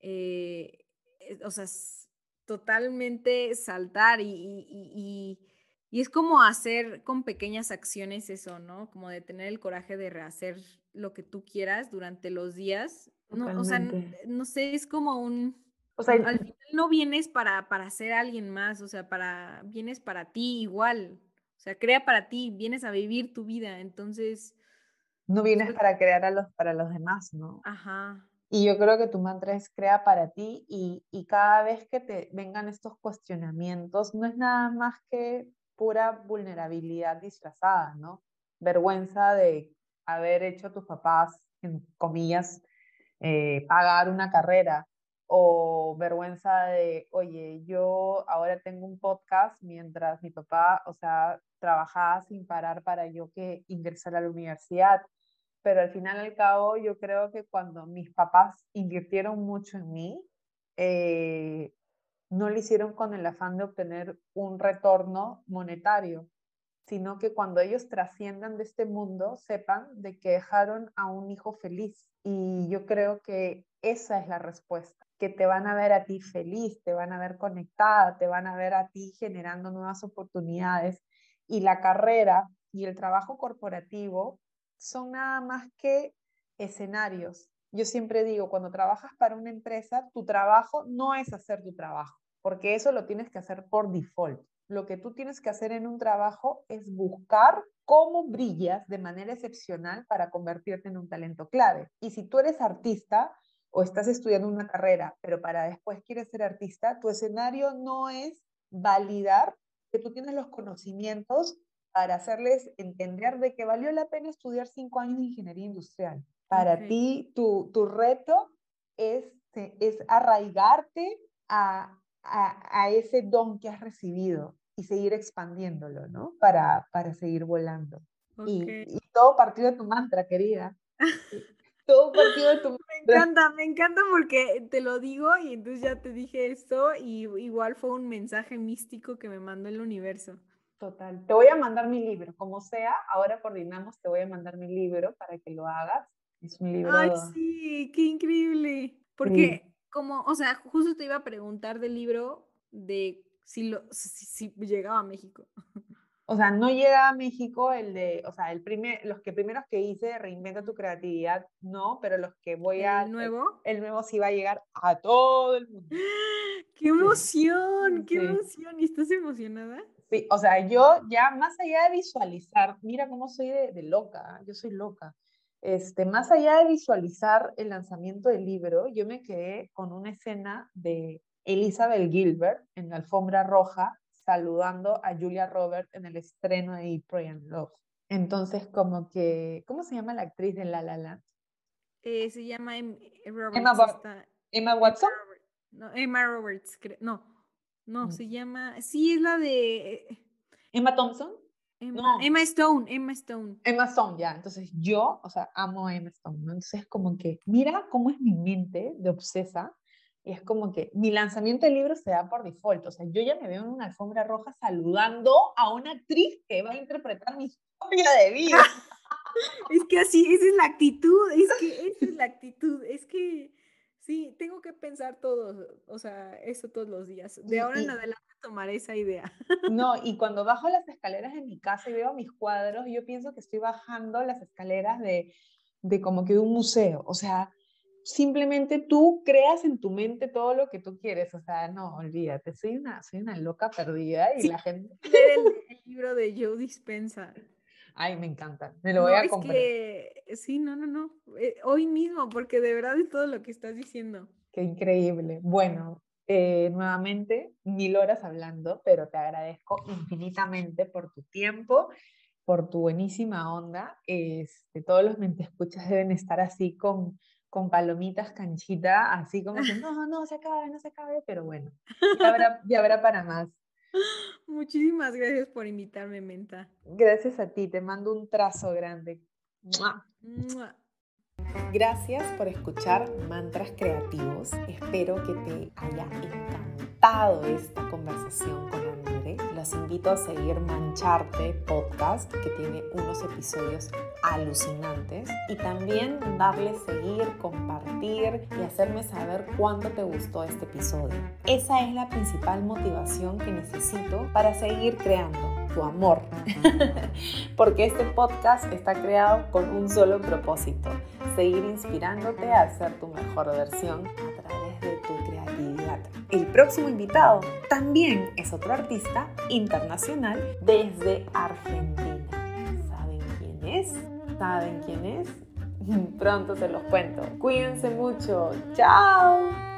O sea, totalmente saltar y es como hacer con pequeñas acciones eso, ¿no? Como de tener el coraje de rehacer lo que tú quieras durante los días. No, o sea, totalmente. no sé, es como O sea, al final no vienes para ser alguien más, o sea, vienes para ti igual, o sea, crea para ti, vienes a vivir tu vida, entonces, no pues vienes creo para crear para los demás, ¿no? ajá, Y yo creo que tu mantra es crea para ti y cada vez que te vengan estos cuestionamientos, no es nada más que pura vulnerabilidad disfrazada, ¿no? Vergüenza de haber hecho a tus papás, en comillas, pagar una carrera, o vergüenza de, oye, yo ahora tengo un podcast mientras mi papá, o sea, trabajaba sin parar para yo que ingresara a la universidad. Pero al final y al cabo yo creo que cuando mis papás invirtieron mucho en mí, eh, no lo hicieron con el afán de obtener un retorno monetario, sino que cuando ellos trasciendan de este mundo, sepan de que dejaron a un hijo feliz. Y yo creo que esa es la respuesta, que te van a ver a ti feliz, te van a ver conectada, te van a ver a ti generando nuevas oportunidades. Y la carrera y el trabajo corporativo son nada más que escenarios. Yo siempre digo, cuando trabajas para una empresa, tu trabajo no es hacer tu trabajo, porque eso lo tienes que hacer por default. Lo que tú tienes que hacer en un trabajo es buscar cómo brillas de manera excepcional para convertirte en un talento clave. Y si tú eres artista o estás estudiando una carrera, pero para después quieres ser artista, tu escenario no es validar que tú tienes los conocimientos para hacerles entender de que valió la pena estudiar 5 años de ingeniería industrial. Para ti, tu reto es arraigarte a ese don que has recibido y seguir expandiéndolo, ¿no? Para seguir volando. Y todo partido de tu mantra, querida. Todo partido de tu mantra. Me encanta porque te lo digo y entonces ya te dije esto y igual fue un mensaje místico que me mandó el universo. Total. Te voy a mandar mi libro, como sea, ahora coordinamos, te voy a mandar mi libro para que lo hagas. Es un libro... Ay, sí, qué increíble. Porque como, o sea, justo te iba a preguntar del libro de si llegaba a México. O sea, no llega a México los primeros que hice, Reinventa tu creatividad, no, pero los que ¿El nuevo? El nuevo sí va a llegar a todo el mundo. ¡Qué emoción! Sí. ¡Qué emoción! ¿Y estás emocionada? Sí, o sea, yo ya más allá de visualizar, mira cómo soy de loca, yo soy loca. Más allá de visualizar el lanzamiento del libro, yo me quedé con una escena de Elizabeth Gilbert en la alfombra roja saludando a Julia Roberts en el estreno de Eat, Pray and Love. Entonces, como que, ¿cómo se llama la actriz de La La Land? Se llama Roberts. Emma Watson. Emma Roberts, no, se llama, sí, es la de... Emma Thompson. Emma Stone. Emma Stone, ya. Entonces yo, o sea, amo a Emma Stone, ¿no? Entonces como que, mira cómo es mi mente de obsesa, y es como que mi lanzamiento del libro se da por default, o sea, yo ya me veo en una alfombra roja saludando a una actriz que va a interpretar mi historia de vida. Es que así, esa es la actitud, es que sí, tengo que pensar todo, o sea, eso todos los días. De ahora en adelante tomaré esa idea. No, y cuando bajo las escaleras de mi casa y veo mis cuadros, yo pienso que estoy bajando las escaleras de como que de un museo. O sea, simplemente tú creas en tu mente todo lo que tú quieres. O sea, no, olvídate, soy una loca perdida y sí, la gente... Leer el libro de Joe Dispenza. Ay, me encanta, me lo voy a comprar. Que, sí, no, hoy mismo, porque de verdad es todo lo que estás diciendo. Qué increíble. Bueno, nuevamente, 1000 horas hablando, pero te agradezco infinitamente por tu tiempo, por tu buenísima onda. Todos los mentescuchas deben estar así con palomitas canchita, así como que no se acabe, pero bueno, ya habrá para más. Muchísimas gracias por invitarme, Menta. Gracias a ti, te mando un trazo grande. ¡Mua! ¡Mua! Gracias por escuchar Mantras Creativos. Espero que te haya encantado esta conversación con Andre. Los invito a seguir Mancharte Podcast, que tiene unos episodios alucinantes. Y también darle seguir, compartir y hacerme saber cuándo te gustó este episodio. Esa es la principal motivación que necesito para seguir creando. Tu amor, porque este podcast está creado con un solo propósito: seguir inspirándote a ser tu mejor versión a través de tu creatividad. El próximo invitado también es otro artista internacional desde Argentina. ¿Saben quién es? Pronto se los cuento. Cuídense mucho. Chao.